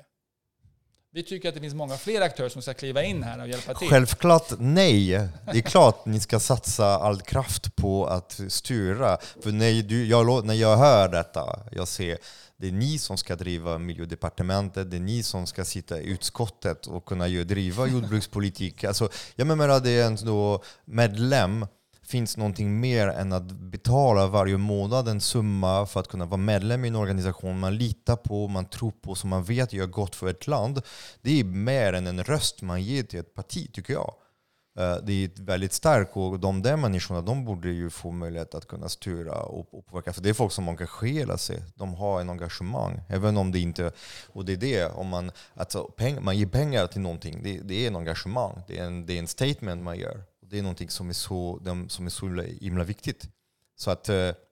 Vi tycker att det finns många fler aktörer som ska kliva in här och hjälpa till. Självklart nej. Det är klart ni ska satsa all kraft på att styra. För när, du, jag, när jag hör detta, jag ser det är ni som ska driva miljödepartementet, det är ni som ska sitta i utskottet och kunna ju driva jordbrukspolitik. Alltså, jag menar det är ändå medlem. Finns någonting mer än att betala varje månad en summa för att kunna vara medlem i en organisation man litar på, man tror på, som man vet gör gott för ett land. Det är mer än en röst man ger till ett parti, tycker jag. Det är väldigt starkt, och de där människorna, de borde ju få möjlighet att kunna styra och, och påverka. För det är folk som engagerar sig. De har en engagemang. Även om det inte... Och det är det, om man, alltså, peng, man ger pengar till någonting, det, det är en engagemang. Det är en, det är en statement man gör. Och det är någonting som är så, som är så himla viktigt. Så att...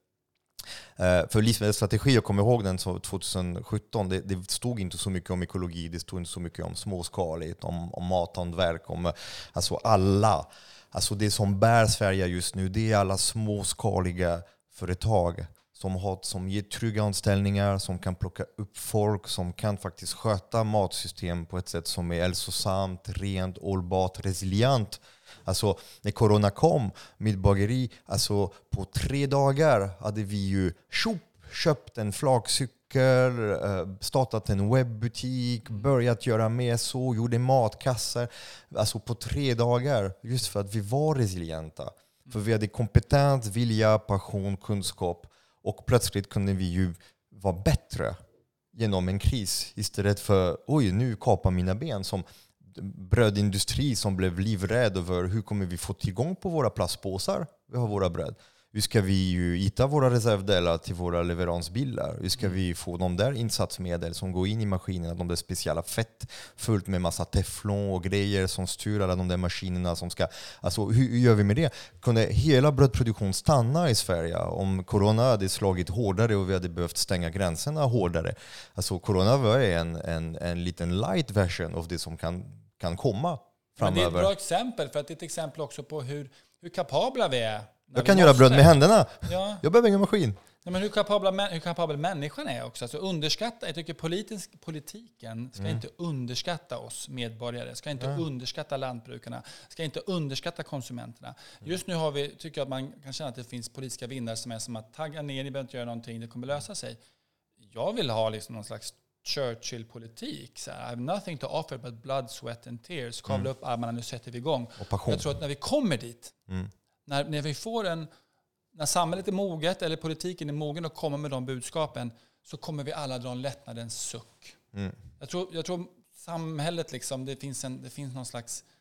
För livsmedelsstrategi, jag kommer ihåg den tjugohundrasjutton, det, det stod inte så mycket om ekologi, det stod inte så mycket om småskaligt, om, om mathantverk, om alltså alla. Alltså det som bär Sverige just nu, det är alla småskaliga företag som, har, som ger trygga anställningar, som kan plocka upp folk, som kan faktiskt sköta matsystem på ett sätt som är hälsosamt, rent, hållbart, resilient. Alltså när corona kom, mitt bageri, alltså på tre dagar hade vi ju shop, köpt en flagcykel, startat en webbutik, börjat göra mer så, gjorde matkassar. Alltså på tre dagar, just för att vi var resilienta. För vi hade kompetens, vilja, passion, kunskap, och plötsligt kunde vi ju vara bättre genom en kris istället för oj, nu kapar mina ben, som brödindustri som blev livrädd över hur kommer vi få tillgång på våra plastpåsar. Vi har våra bröd. Hur ska vi ju hitta våra reservdelar till våra leveransbilar? Hur ska vi få de där insatsmedel som går in i maskinerna, de där speciella fett fullt med massa teflon och grejer som styr alla de där maskinerna som ska... Alltså hur, hur gör vi med det? Kunde hela brödproduktion stanna i Sverige om corona hade slagit hårdare och vi hade behövt stänga gränserna hårdare? Alltså corona var en, en, en liten light version av det som kan, kan komma framöver. Men det är ett bra exempel, för att det är ett exempel också på hur, hur kapabla vi är. Jag kan göra bröd med händerna. Ja. Jag behöver ingen maskin. Ja, men hur kapabla, hur kapabel människan är också. Alltså underskatta, jag tycker politisk, politiken ska mm. inte underskatta oss medborgare. Ska inte mm. underskatta lantbrukarna. Ska inte underskatta konsumenterna. Just nu har vi, tycker jag att man kan känna att det finns politiska vindar som är som att tagga ner, ni behöver inte göra någonting, det kommer lösa sig. Jag vill ha liksom någon slags Churchill-politik. Så här, I have nothing to offer but blood, sweat and tears. Kavla mm. upp armarna, nu sätter vi igång. Och passion. Jag tror att när vi kommer dit, mm. när, när vi får en... När samhället är moget eller politiken är mogen och kommer med de budskapen, så kommer vi alla dra en lättnadens suck. Mm. Jag tror, jag tror samhället, liksom, det, finns en, det finns någon slags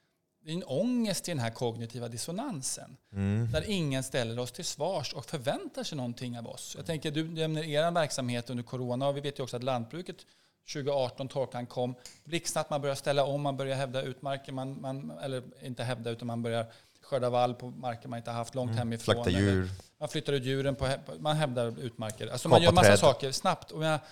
det är en ångest i den här kognitiva dissonansen. Mm. Där ingen ställer oss till svars och förväntar sig någonting av oss. Jag tänker, du nämner er verksamhet under corona och vi vet ju också att lantbruket tjugo arton, torkan kom. Blixtsnabbt man börjar ställa om, man börjar hävda utmarker, man, man, eller inte hävda utan man börjar skörda vall på marker man inte har haft långt mm. hemifrån. Slakta djur. Man flyttar ut djuren, på, man hävdar utmarker. Alltså man gör massa träd. saker snabbt. Och jag,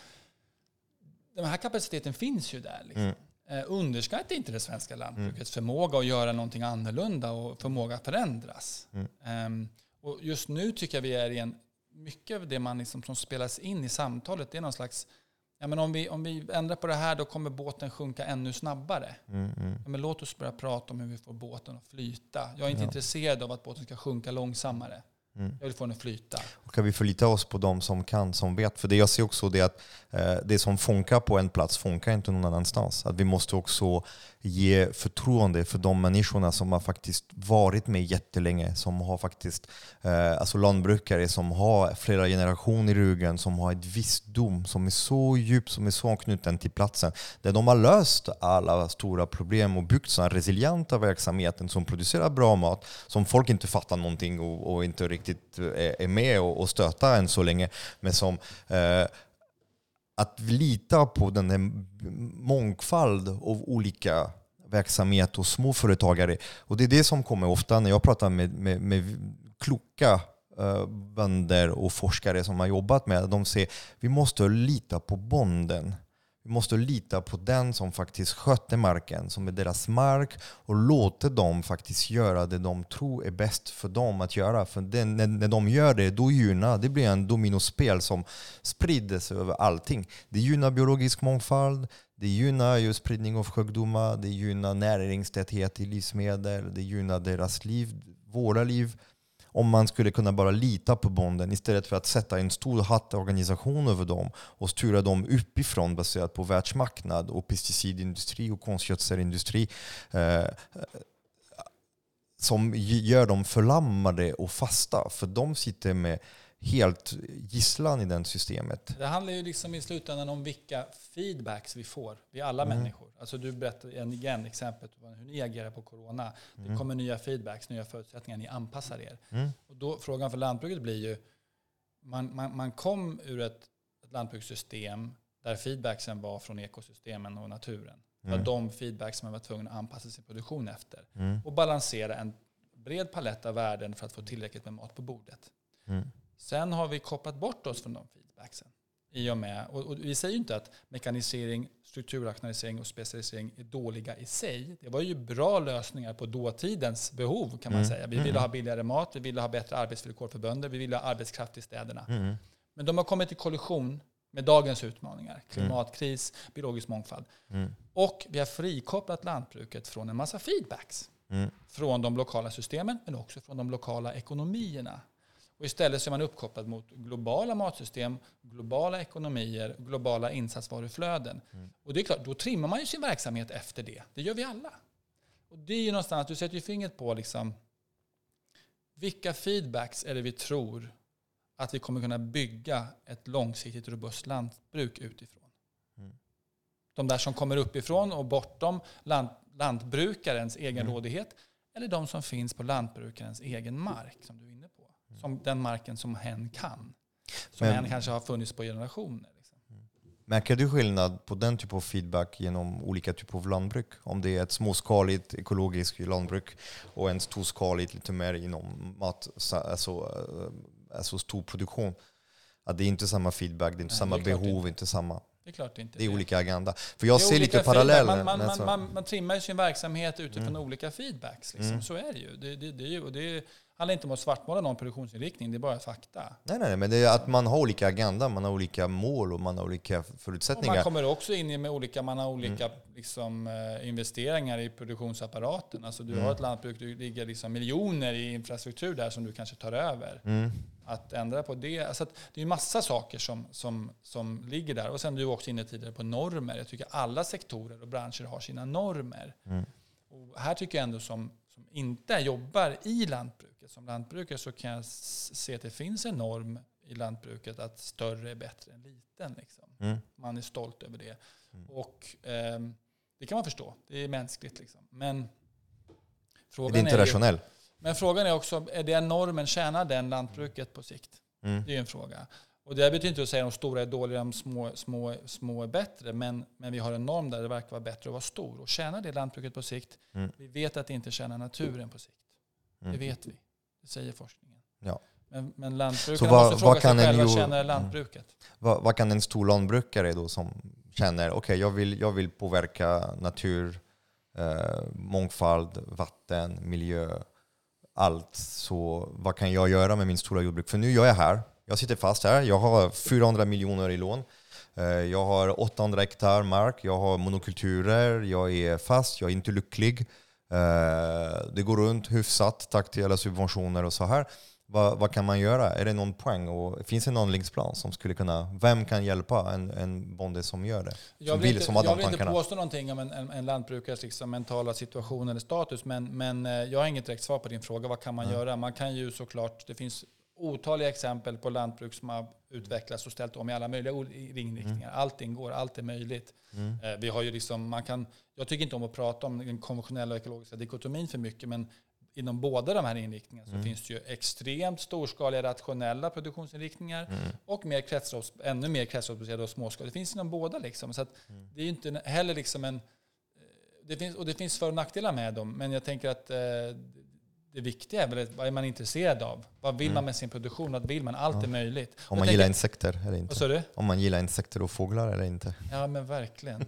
den här kapaciteten finns ju där. Liksom. Mm. Eh, underskatta inte det svenska lantbrukets mm. förmåga att göra någonting annorlunda och förmåga att förändras. Mm. Um, och just nu tycker jag vi är i en, mycket av det man liksom, som spelas in i samtalet, det är någon slags, ja, men om, vi, om vi ändrar på det här då kommer båten sjunka ännu snabbare. Mm, mm. Ja, men låt oss börja prata om hur vi får båten att flyta. Jag är inte ja. intresserad av att båten ska sjunka långsammare. Mm. Jag vill få den att flyta. Och kan vi förlita oss på de som kan, som vet? För det jag ser också det att eh, det som funkar på en plats funkar inte någon annanstans. Att vi måste också ge förtroende för de människorna som har faktiskt varit med jättelänge, som har faktiskt eh, alltså lantbrukare som har flera generationer i ryggen, som har ett visdom som är så djup, som är så anknuten till platsen. Där de har löst alla stora problem och byggt sådana resilienta verksamheten som producerar bra mat, som folk inte fattar någonting och, och inte riktigt är, är med och, och stötar än så länge, men som eh, att lita på den här mångfald av olika verksamhet och småföretagare. Och det är det som kommer ofta när jag pratar med, med, med kloka uh, bönder och forskare som har jobbat med. De säger vi måste lita på bonden. Vi måste lita på den som faktiskt sköter marken, som är deras mark, och låta dem faktiskt göra det de tror är bäst för dem att göra. För det, när, när de gör det, då gynnar det blir en dominospel som sprider sig över allting. Det gynnar biologisk mångfald, det gynnar ju spridning av sjukdomar, det gynnar näringstäthet i livsmedel, det gynnar deras liv, våra liv. Om man skulle kunna bara lita på bonden istället för att sätta en stor hattorganisation över dem och styra dem uppifrån baserat på världsmarknad och pesticidindustri och konstgödselindustri eh, som gör dem förlammade och fasta, för de sitter med helt gisslan i det systemet. Det handlar ju liksom i slutändan om vilka feedbacks vi får, vi alla mm. människor. Alltså du berättade igen exemplet på hur ni agerar på corona. Det mm. kommer nya feedbacks, nya förutsättningar, ni anpassar er. Mm. Och då, frågan för lantbruket blir ju, man, man, man kom ur ett, ett lantbrukssystem där feedbacksen var från ekosystemen och naturen. Mm. För de feedbacks som man var tvungen att anpassa sin produktion efter. Mm. Och balansera en bred palett av värden för att få tillräckligt med mat på bordet. Mm. Sen har vi kopplat bort oss från de feedbacksen. I och med, och, och vi säger ju inte att mekanisering, strukturrationalisering och specialisering är dåliga i sig. Det var ju bra lösningar på dåtidens behov, kan man mm. säga. Vi ville ha billigare mat, vi ville ha bättre arbetsvillkor för bönder, vi ville ha arbetskraft i städerna. Mm. Men de har kommit i kollision med dagens utmaningar. Klimatkris, mm. biologisk mångfald. Mm. Och vi har frikopplat lantbruket från en massa feedbacks. Mm. Från de lokala systemen, men också från de lokala ekonomierna. Och istället så är man uppkopplad mot globala matsystem, globala ekonomier, globala insatsvaruflöden. Mm. Och det är klart, då trimmar man ju sin verksamhet efter det. Det gör vi alla. Och det är ju någonstans, du sätter ju fingret på liksom, vilka feedbacks är det vi tror att vi kommer kunna bygga ett långsiktigt robust lantbruk utifrån. Mm. De där som kommer uppifrån och bortom lant, lantbrukarens egen mm. rådighet, eller de som finns på lantbrukarens egen mark, som du är inne på. Som den marken som hen kan. Som Men, hen kanske har funnits på generationer. Liksom. Märker du skillnad på den typen av feedback genom olika typer av lantbruk? Om det är ett småskaligt ekologiskt lantbruk och en storskaligt lite mer inom mat, alltså, alltså stor produktion. Att det är inte samma feedback, det är inte Nej, samma är behov, inte. inte samma. Det är klart det inte. Det är det. Olika agenda. För jag ser lite paralleller. Man, man, man, man, man trimmar sin verksamhet utifrån mm. olika feedbacks. Liksom. Mm. Så är det ju. Det, det, det, det, det handlar inte om att svartmåla någon produktionsinriktning, det är bara fakta. Nej, nej, men det är att man har olika agenda, man har olika mål och man har olika förutsättningar. Och man kommer också in med olika, man har olika mm. liksom, investeringar i produktionsapparaten. Alltså du mm. har ett lantbruk, det ligger liksom miljoner i infrastruktur där som du kanske tar över. Mm. Att ändra på det. Alltså att det är massa saker som, som, som ligger där. Och sen du också inne tidigare på normer. Jag tycker alla sektorer och branscher har sina normer. Mm. Och här tycker jag ändå som, som inte jobbar i lantbruket. Som lantbrukare så kan jag se att det finns en norm i lantbruket att större är bättre än liten. Liksom. Mm. Man är stolt över det. Mm. Och eh, det kan man förstå. Det är mänskligt. Liksom. Men Frågan är det inte är ju, rationell? Men frågan är också, är det normen, tjänar den lantbruket på sikt? Mm. Det är ju en fråga. Och det betyder inte att säga att de stora är dåliga, de små, små, små är bättre. Men, men vi har en norm där det verkar vara bättre att vara stor. Och tjänar det lantbruket på sikt? Mm. Vi vet att det inte tjänar naturen på sikt. Mm. Det vet vi. Det säger forskningen. Ja. Men, men lantbrukarna vad, måste fråga sig själva, ju, tjänar lantbruket? Mm. Vad, vad kan en stor lantbrukare då som känner, okej okay, jag, vill, jag vill påverka natur, eh, mångfald, vatten, miljö, allt. Så vad kan jag göra med min stora jordbruk? För nu är jag här. Jag sitter fast här. Jag har fyrahundra miljoner i lån. Jag har åttahundra hektar mark. Jag har monokulturer. Jag är fast. Jag är inte lycklig. Det går runt hyfsat tack till alla subventioner och så här. Vad, vad kan man göra? Är det någon poäng? Och finns det någon linksplan som skulle kunna... Vem kan hjälpa en, en bonde som gör det? Jag vill, inte, jag vill inte påstå någonting om en, en, en lantbrukares liksom mentala situation eller status. Men, men jag har inget direkt svar på din fråga. Vad kan man mm. göra? Man kan ju såklart... Det finns otaliga exempel på lantbruk som har utvecklats och ställt om i alla möjliga inriktningar. Mm. Allting går, allt är möjligt. Mm. Vi har ju liksom, man kan, jag tycker inte om att prata om den konventionella och ekologiska dikotomin för mycket, men inom båda de här inriktningarna så mm. finns det ju extremt storskaliga rationella produktionsinriktningar mm. och mer kretslopps, ännu mer kretsloppsbaserade och småskaliga. Det finns inom båda liksom. Så att mm. det är ju inte heller liksom en... Det finns, och det finns för- och nackdelar med dem, men jag tänker att eh, det viktiga är väl vad är man intresserad av? Vad vill mm. man med sin produktion? Vad vill man? Allt ja. är möjligt. Om man gillar insekter eller inte. Vad sa du? Om man gillar insekter och fåglar eller inte. Ja, men verkligen.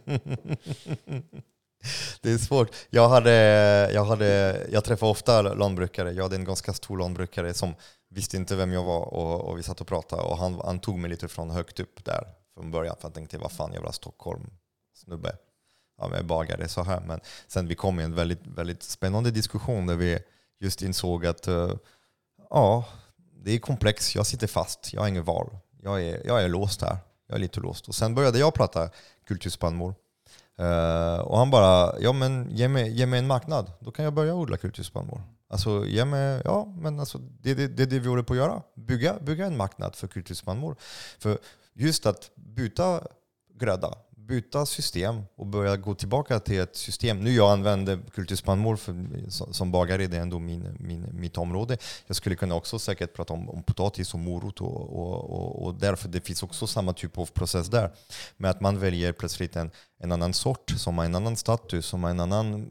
Det är svårt. Jag, hade, jag, hade, jag träffar ofta lantbrukare. Jag hade en ganska stor lantbrukare som visste inte vem jag var och, och vi satt och pratade. Och han, han tog mig lite från högt upp där från början. För jag tänkte, vad fan, jävla Stockholm snubbe. Ja, men jag bagade så här. Men sen vi kom i en väldigt, väldigt spännande diskussion där vi just insåg att uh, ja, det är komplext. Jag sitter fast. Jag har ingen val. Jag är, jag är låst här. Jag är lite låst. Och sen började jag prata kulturspannmål. Uh, och han bara, ja men ge mig, ge mig en marknad. Då kan jag börja odla kulturspannmål. Alltså ge mig, ja men alltså det är det, det, det vi håller på att göra. Bygga, bygga en marknad för kulturspannmål. För just att byta gröda, byta system och börja gå tillbaka till ett system. Nu jag använder kulturspannmål för, som bagare, det är ändå min, min, mitt område. Jag skulle kunna också säkert prata om, om potatis och morot och, och, och, och därför det finns också samma typ av process där. Med att man väljer plötsligt en, en annan sort som har en annan status, som har en annan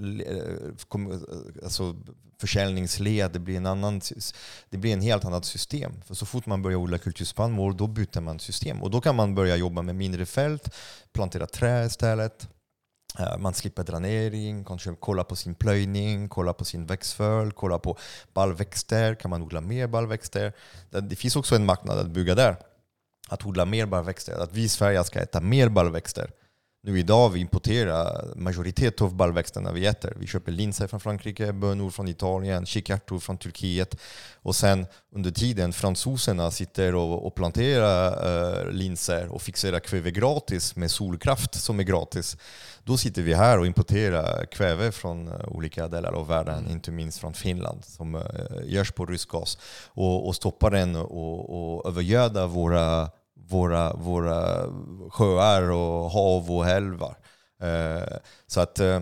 alltså, försäljningsled, det blir en annan, det blir en helt annat system. För så fort man börjar odla kulturspannmål, då byter man system. Och då kan man börja jobba med mindre fält, plantera trä istället. Man slipper dränering, kanske kolla på sin plöjning, kolla på sin växtföljd, kolla på baljväxter, kan man odla mer baljväxter. Det finns också en marknad att bygga där. Att odla mer baljväxter, att vi i Sverige ska äta mer baljväxter. Nu idag vi importerar majoritet av baljväxterna vi äter. Vi köper linser från Frankrike, bönor från Italien, kikärtor från Turkiet. Och sen under tiden fransoserna sitter och, och planterar uh, linser och fixerar kväve gratis med solkraft som är gratis. Då sitter vi här och importerar kväve från uh, olika delar av världen, mm. inte minst från Finland, som uh, görs på rysk gas. Och, och stoppar den och, och övergödar våra Våra, våra sjöar och hav och älvar. Eh, så att eh,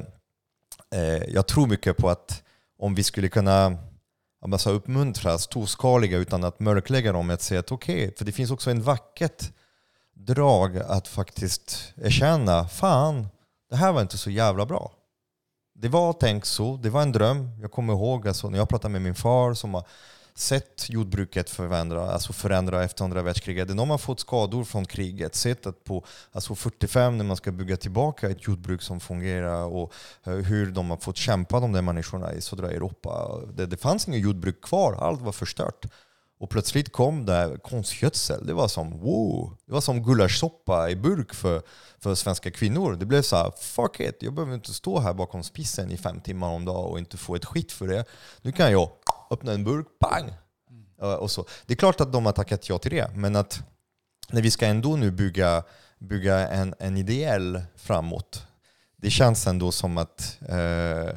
jag tror mycket på att om vi skulle kunna alltså, uppmuntra storskaliga utan att mörklägga dem, att säga att okej, okay, för det finns också en vackert drag att faktiskt erkänna, fan, det här var inte så jävla bra. Det var tänkt så, det var en dröm. Jag kommer ihåg alltså, när jag pratade med min far som har sett jordbruket förändra, alltså förändra efter andra världskriget. De har fått skador från kriget. Sett att på alltså fyrtiofem när man ska bygga tillbaka ett jordbruk som fungerar och hur de har fått kämpa de där människorna i södra Europa. Det, det fanns inget jordbruk kvar. Allt var förstört. Och plötsligt kom det konstgödsel. Det var som wow. Det var som gulaschsoppa i burk för, för svenska kvinnor. Det blev så här, fuck it. Jag behöver inte stå här bakom spissen i fem timmar om dagen och inte få ett skit för det. Nu kan jag öppna en burk, pang! Mm. Och så. Det är klart att de har tackat ja till det. Men att när vi ska ändå nu bygga, bygga en, en ideell framåt. Det känns ändå som att eh,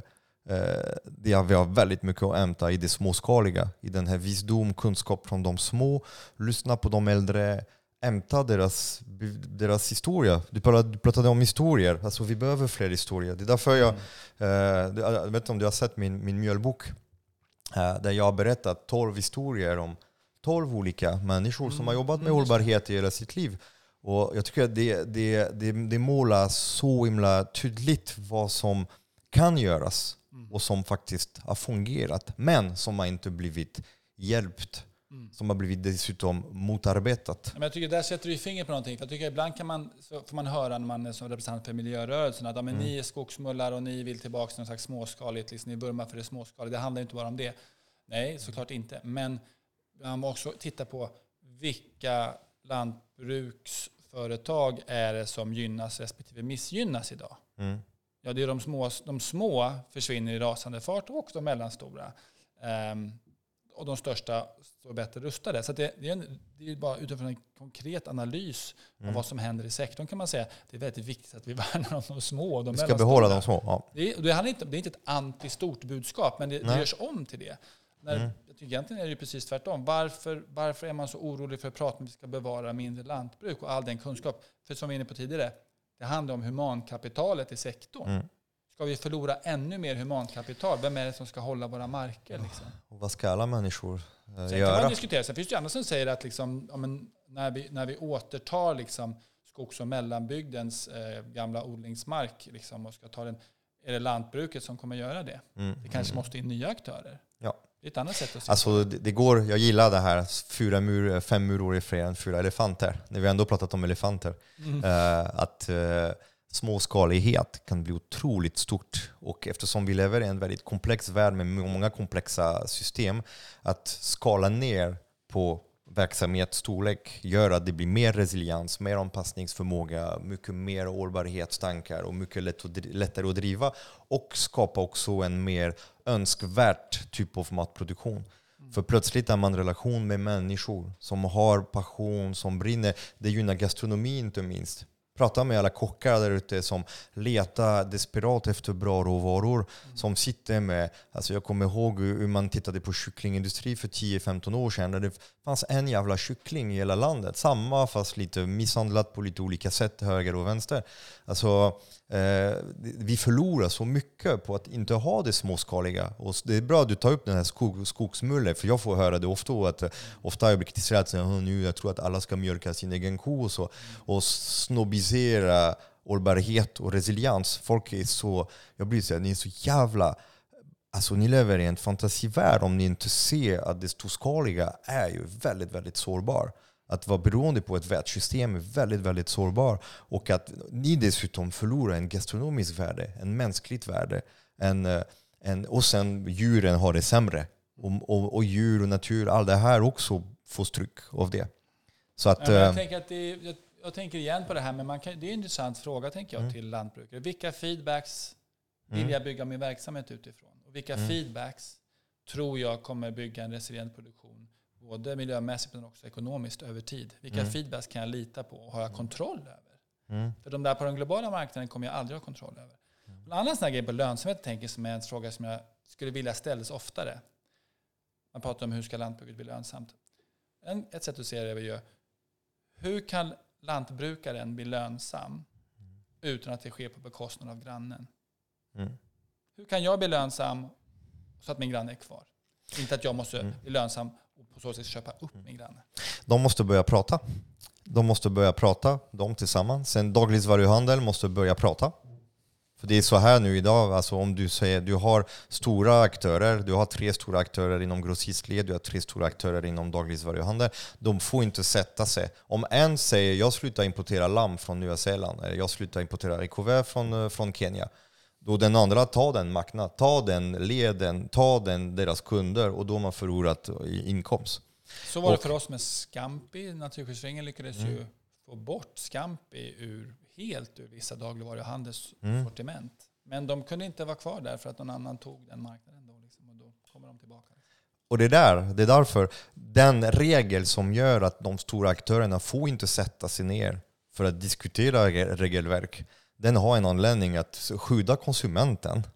det har vi har väldigt mycket att hämta i det småskaliga. I den här visdom, kunskap från de små. Lyssna på de äldre. hämta deras, deras historia. Du pratade, du pratade om historier. Alltså vi behöver fler historier. Det är därför jag, mm. eh, jag vet inte om du har sett min, min mjölbok. Eh, där jag har berättat tolv historier om tolv olika människor mm. som har jobbat med hållbarhet i hela sitt liv. Och jag tycker att det, det, det, det målar så himla tydligt vad som kan göras mm. och som faktiskt har fungerat. Men som har inte blivit hjälpt. Mm. Som har blivit dessutom motarbetat. Men jag tycker där sätter du finger på någonting. För jag tycker ibland kan man, så får man höra när man är som representant för miljörörelsen att ja, men mm. ni är skogsmullar och ni vill tillbaka till något slags småskaligt. Liksom, ni vurmar för det småskaliga. Det handlar inte bara om det. Nej, såklart inte. Men man måste också titta på vilka lantbruksföretag är det som gynnas respektive missgynnas idag. Mm. Ja, det är de små, de små försvinner i rasande fart och de mellanstora. Um, och de största står bättre rustade. Så det, det, är en, det är bara utifrån en konkret analys mm. av vad som händer i sektorn kan man säga. Det är väldigt viktigt att vi värnar om de små. De vi ska behålla de små. Ja. Det, är, det, handlar inte, det är inte ett anti-stort budskap, men det, det görs om till det. När, mm. jag tycker egentligen är det precis tvärtom. Varför, varför är man så orolig för att prata om att vi ska bevara mindre lantbruk och all den kunskap? För som vi är inne på tidigare, det handlar om humankapitalet i sektorn. Mm. Ska vi förlora ännu mer humankapital? Vem är det som ska hålla våra marker? Liksom? Och vad ska alla människor eh, Sen göra? Kan man diskutera. Sen finns det ju andra som säger att liksom, ja, men när, vi, när vi återtar liksom, skogs- och mellanbygdens eh, gamla odlingsmark liksom, och ska ta den, är det lantbruket som kommer göra det? Mm. Det kanske mm. måste in nya aktörer. Ja. Det är ett annat sätt att se alltså, det, det går, jag gillar det här, fyra mur, fem muror är fler än fyra elefanter. När vi ändå pratat om elefanter. Mm. Uh, att... Uh, småskalighet kan bli otroligt stort, och eftersom vi lever i en väldigt komplex värld med många komplexa system, att skala ner på verksamhetsstorlek gör att det blir mer resiliens, mer anpassningsförmåga, mycket mer hållbarhetstankar och mycket lätt att, lättare att driva, och skapa också en mer önskvärt typ av matproduktion. Mm. För plötsligt är man i relation med människor som har passion, som brinner. Det gynnar gastronomi inte minst. Prata med alla kockar där ute som letar desperat efter bra råvaror. Mm. Som sitter med, alltså jag kommer ihåg hur man tittade på kycklingindustri för tio femton år sedan. Där det fanns en jävla kyckling i hela landet. Samma fast lite misshandlat på lite olika sätt, höger och vänster. Alltså eh, vi förlorar så mycket på att inte ha det småskaliga. Och det är bra att du tar upp den här skog, skogsmulle, för jag får höra det ofta. Att, ofta har jag blivit kritiserat att nu jag tror att alla ska mjölka sin egen ko och så. Och snobbisera hållbarhet och resiliens. Folk är så, jag blir så här, ni är så jävla, alltså ni lever i en fantasivärld om ni inte ser att det storskaliga är ju väldigt, väldigt sårbar. Att vara beroende på ett världssystem är väldigt, väldigt sårbar. Och att ni dessutom förlorar en gastronomisk värde, en mänskligt värde. En, en, och sen djuren har det sämre. Och, och, och djur och natur, allt det här också får stryk av det. Så att, ja, jag tänker att det jag, jag tänker igen på det här, men man kan, det är en intressant fråga tänker jag mm. till lantbrukare. Vilka feedbacks vill mm. jag bygga min verksamhet utifrån? Och vilka mm. feedbacks tror jag kommer bygga en resilient produktion? Både miljömässigt men också ekonomiskt över tid. Vilka mm. feedbacks kan jag lita på och har jag kontroll över? Mm. För de där på den globala marknaden kommer jag aldrig ha kontroll över. Mm. En annan sån här grej på lönsamhet tänker som är en fråga som jag skulle vilja ställas oftare. Man pratar om hur ska lantbruket bli lönsamt. En, ett sätt att se det är ju hur kan lantbrukaren bli lönsam mm. utan att det sker på bekostnad av grannen? Mm. Hur kan jag bli lönsam så att min granne är kvar? Inte att jag måste mm. bli lönsam och på så sätt köpa upp mm. min granne. De måste börja prata. De måste börja prata, de tillsammans. Sen dagligvaruhandel måste börja prata. För det är så här nu idag, alltså om du säger du har stora aktörer, du har tre stora aktörer inom grossistled, du har tre stora aktörer inom dagligvaruhandel. De får inte sätta sig. Om en säger jag slutar importera lamm från Nya Zeeland, eller jag slutar importera rikové från, från Kenya, då den andra tar den marknaden, tar den leden, tar den deras kunder, och då har man förlorat i inkomst. Så var det och, för oss med Scampi. Naturskyddsföreningen lyckades mm. ju få bort Scampi ur, helt ur vissa dagligvaruhandelssortiment. Mm. Men de kunde inte vara kvar där för att någon annan tog den marknaden. Då, liksom, och då kommer de tillbaka. Och det är, där, det är därför den regel som gör att de stora aktörerna får inte sätta sig ner för att diskutera regelverk, den har en anledning att skydda konsumenten.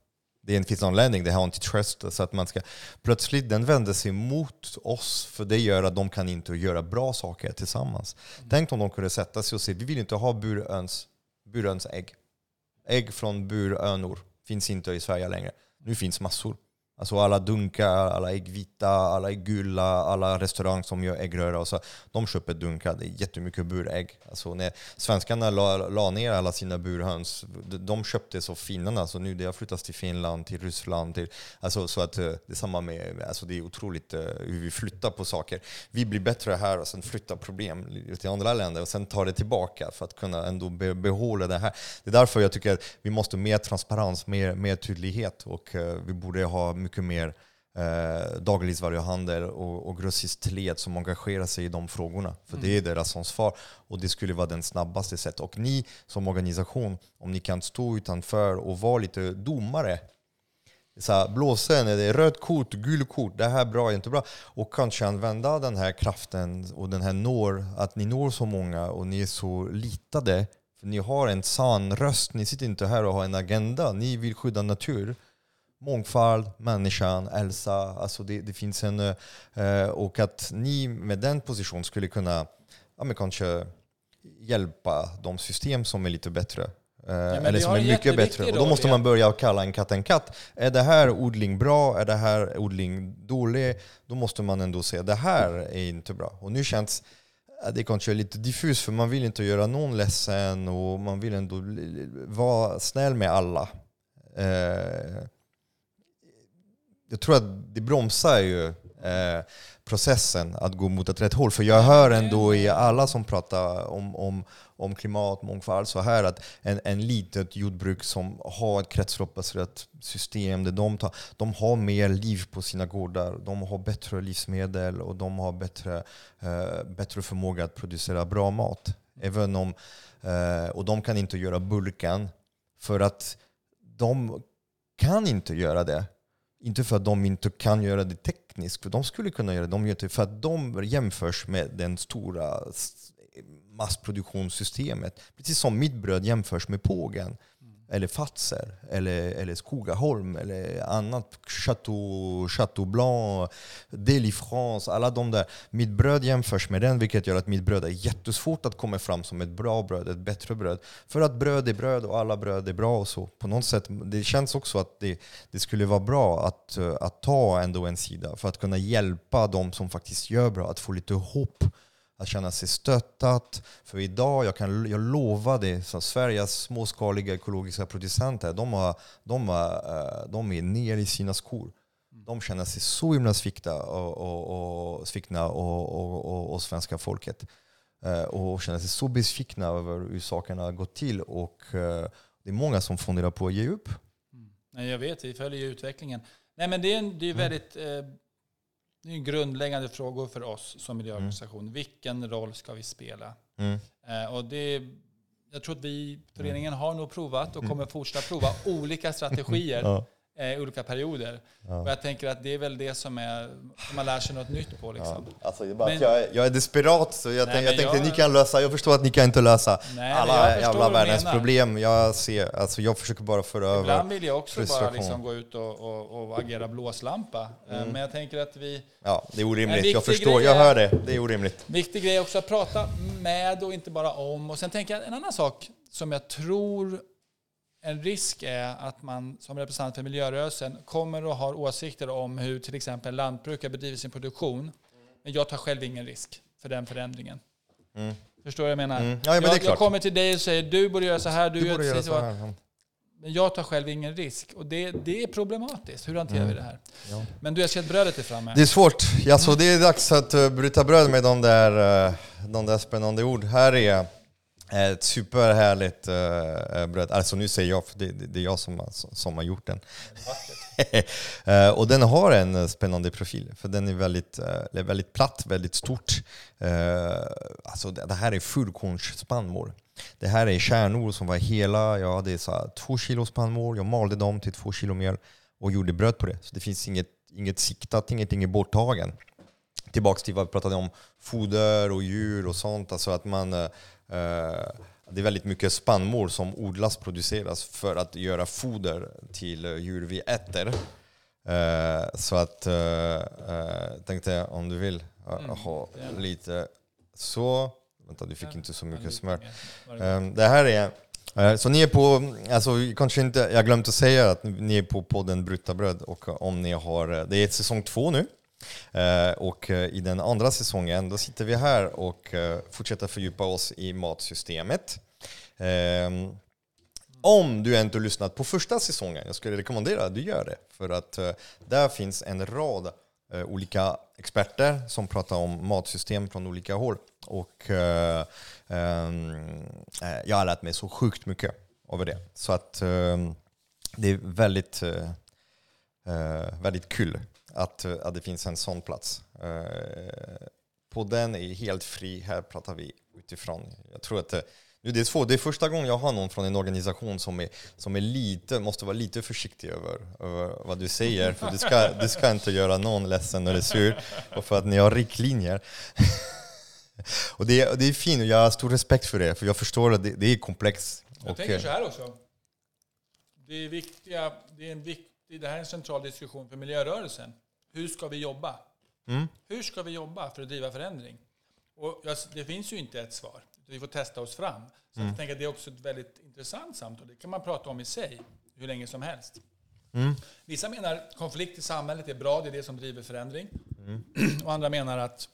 det finns en anledning, det här antitrust, så att man ska plötsligt den vänder sig mot oss, för det gör att de kan inte göra bra saker tillsammans. Mm. Tänk om de kunde sätta sig och säga, vi vill inte ha buröns, buröns ägg. Ägg från burönor finns inte i Sverige längre. Nu finns massor. Alltså alla dunkar, alla äggvita, alla äggula, alla restauranger som gör äggröra och så, de köper dunkar. Det är jättemycket burägg. Alltså när svenskarna la, la ner alla sina burhöns, de köpte så finnarna, så nu det har flyttats till Finland, till Ryssland, till, alltså så att det är samma med, alltså det är otroligt hur vi flyttar på saker. Vi blir bättre här och sen flyttar problem till andra länder och sen tar det tillbaka för att kunna ändå be, behålla det här. Det är därför jag tycker att vi måste ha mer transparens, mer, mer tydlighet, och uh, vi borde ha mycket mer eh, dagligvaruhandel och, och grossistled som engagerar sig i de frågorna. För mm. det är deras ansvar, och det skulle vara den snabbaste sättet. Och ni som organisation, om ni kan stå utanför och vara lite domare, så här, blåsa när det är röd kort, gul kort, det här är bra, inte bra, och kanske använda den här kraften och den här når, att ni når så många och ni är så litade, för ni har en sann röst, ni sitter inte här och har en agenda, ni vill skydda natur, mångfald, människan, Elsa, alltså det, det finns en, eh, och att ni med den position skulle kunna ja, men kanske hjälpa de system som är lite bättre. Eh, ja, eller som är mycket bättre. Och då måste man börja kalla en katt en katt. Är det här odling bra? Är det här odling dålig? Då måste man ändå säga det här är inte bra. Och nu känns det kanske lite diffus, för man vill inte göra någon ledsen och man vill ändå vara snäll med alla. Eh, Jag tror att det bromsar ju eh, processen att gå mot ett rätt håll. För jag hör ändå i alla som pratar om, om, om klimat, mångfald, så här att en, en litet jordbruk som har ett kretsloppsbaserat system där de, tar, de har mer liv på sina gårdar, de har bättre livsmedel och de har bättre, eh, bättre förmåga att producera bra mat. Även om, eh, och de kan inte göra bulken, för att de kan inte göra det. Inte för att de inte kan göra det tekniskt, för de skulle kunna göra det. De gör det för att de jämförs med den stora massproduktionssystemet. Precis som mitt bröd jämförs med Pågen, mm. eller Fazer, eller, eller Skogaholm, eller annat, Chateau, Chateau Blanc, Deli France, alla de där. Mitt bröd jämförs med den, vilket gör att mitt bröd är jättesvårt att komma fram som ett bra bröd, ett bättre bröd. För att bröd är bröd och alla bröd är bra och så. På något sätt, det känns också att det, det skulle vara bra att, att ta ändå en sida för att kunna hjälpa de som faktiskt gör bra, att få lite hopp, att känna sig stöttat. För idag, jag kan jag lova det, så Sveriges småskaliga ekologiska producenter, de, har, de, har, de är ner i sina skor. De känner sig så himla svikta och, och, och, svikna och, och, och, och svenska folket. Och känner sig så besvikna över hur sakerna har gått till. Och det är många som funderar på att ge upp. Mm. Nej, jag vet, vi följer utvecklingen. Nej, men det är, en, det är väldigt... Eh, Det är grundläggande frågor för oss som miljöorganisation. Mm. Vilken roll ska vi spela? Mm. Eh, och det, jag tror att vi, föreningen, har nog provat och kommer fortsätta prova olika strategier ja. i eh, olika perioder. Ja. Och jag tänker att det är väl det som är, som man lär sig något nytt på. Liksom. Ja. Alltså, det är bara men, jag, jag är desperat, så jag, nej, tänk, jag tänkte jag, ni kan lösa, jag förstår att ni kan inte lösa nej, alla jävla världens problem. Jag ser, alltså jag försöker bara föra över ibland vill jag också bara liksom gå ut och, och, och agera blåslampa. Mm. Men jag tänker att vi... Ja, det är orimligt. Jag förstår, jag hör det. Det är orimligt. Viktig grej också att prata med och inte bara om. Och sen tänker jag en annan sak som jag tror en risk är att man som representant för miljörörelsen kommer och har åsikter om hur till exempel lantbrukare bedriver sin produktion. Men jag tar själv ingen risk för den förändringen. Mm. Förstår du vad jag menar? Mm. Ja, men jag, jag kommer till dig och säger du borde göra så här, du, du gör göra så här. här. Men jag tar själv ingen risk. Och det, det är problematiskt. Hur hanterar mm. vi det här? Ja. Men du har sett brödet är framme. Det är svårt. Ja, så det är dags att uh, bryta bröd med de där, uh, de där spännande ord. Här är ett superhärligt uh, bröd. Alltså nu säger jag, för det, det är jag som, som har gjort den. uh, och den har en spännande profil. För den är väldigt, uh, väldigt platt, väldigt stort. Uh, alltså det, det här är fullkornsspannmål. Det här är kärnor som var hela, ja det är så här, två kilo spannmål. Jag malde dem till två kilo mjöl och gjorde bröd på det. Så det finns inget, inget siktat, ingenting är borttagen. Tillbaks till vad vi pratade om, foder och djur och sånt. Alltså att man, uh, det är väldigt mycket spannmål som odlas, produceras för att göra foder till djur vi äter. Uh, så att uh, uh, tänkte jag om du vill uh, mm. ha yeah. lite så. Vänta, du fick ja. inte så mycket smör. Um, det här är uh, så ni är på, alltså kanske inte, jag glömt att säga att ni är på podden Brutta bröd, och om ni har, det är säsong två nu. Uh, och uh, i den andra säsongen då sitter vi här och uh, fortsätter fördjupa oss i matsystemet. Uh, om du inte har lyssnat på första säsongen, jag skulle rekommendera att du gör det, för att uh, där finns en rad uh, olika experter som pratar om matsystem från olika håll, och uh, um, uh, jag har lärt mig så sjukt mycket över det, så att uh, det är väldigt uh, uh, väldigt kul Att, att det finns en sån plats. Uh, på den är helt fri. Här pratar vi utifrån. Jag tror att nu det är svårt. Det är första gången jag har någon från en organisation som är, som är lite, måste vara lite försiktig över, över vad du säger. För du ska, du ska inte göra någon ledsen eller sur. Och för att ni har riktlinjer. Och det är, det är fint och jag har stor respekt för det. För jag förstår att det, det är komplext. Jag och, tänker så här också. Det är viktiga, det är en viktig Det här är en central diskussion för miljörörelsen. Hur ska vi jobba? Mm. Hur ska vi jobba för att driva förändring? Och det finns ju inte ett svar. Vi får testa oss fram. Så mm. jag tänker att det är också ett väldigt intressant samtal. Det kan man prata om i sig hur länge som helst. Mm. Vissa menar konflikt i samhället är bra, det är det som driver förändring. Mm. Och andra menar att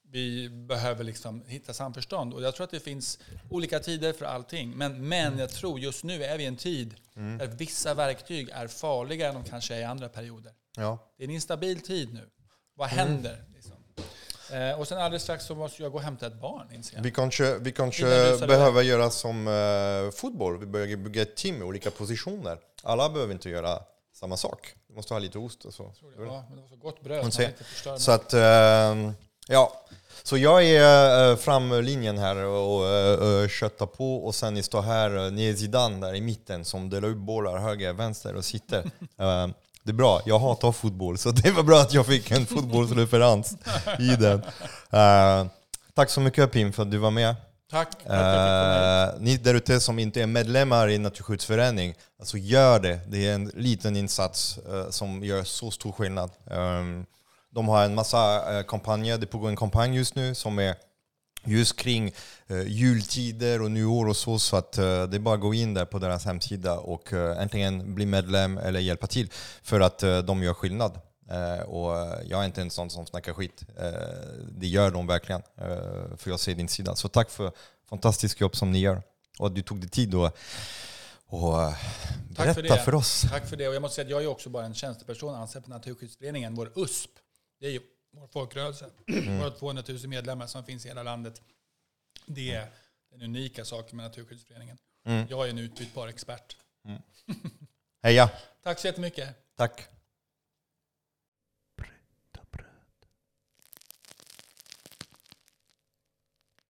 vi behöver liksom hitta samförstånd. Och jag tror att det finns olika tider för allting. Men, men jag tror just nu är vi i en tid mm. där vissa verktyg är farligare än de kanske är i andra perioder. Ja. Det är en instabil tid nu. Vad mm. händer? Liksom? Eh, och sen alldeles strax så måste jag gå och hämta ett barn. Vi kanske, vi kanske behöver göra som uh, fotboll. Vi börjar bygga ett team med olika positioner. Alla behöver inte göra samma sak. Vi måste ha lite ost och så. Det. Ja, men det var så gott bröd. Så att, uh, ja... Så jag är äh, framlinjen här och äh, köttar på, och sen ni står här, äh, ni är Zidane där i mitten som delar upp bollar höger, vänster och sitter. äh, det är bra, jag hatar fotboll, så det var bra att jag fick en fotbollsreferens i den. Äh, tack så mycket Pim för att du var med. Tack. Äh, ni där ute som inte är medlemmar i Naturskyddsförening, alltså gör det. Det är en liten insats äh, som gör så stor skillnad. Äh, De har en massa eh, kampanjer. Det pågår en kampanj just nu som är just kring eh, jultider och nyår och så. Så att eh, det är bara att gå in där på deras hemsida och eh, äntligen bli medlem eller hjälpa till. För att eh, de gör skillnad. Eh, och jag är inte en sån som snackar skit. Eh, det gör de verkligen. Eh, för jag ser din sida. Så tack för fantastiskt jobb som ni gör. Och att du tog dig tid och Och berätta för, för oss. Tack för det. Och jag måste säga att jag är också bara en tjänsteperson anställd på Naturskyddsföreningen, vår U S P. Det är ju vår folkrörelse. Mm. Våra tvåhundratusen medlemmar som finns i hela landet. Det är den unika saken med Naturskyddsföreningen. Mm. Jag är en utbytbar expert. Mm. Heja. Tack så jättemycket. Tack.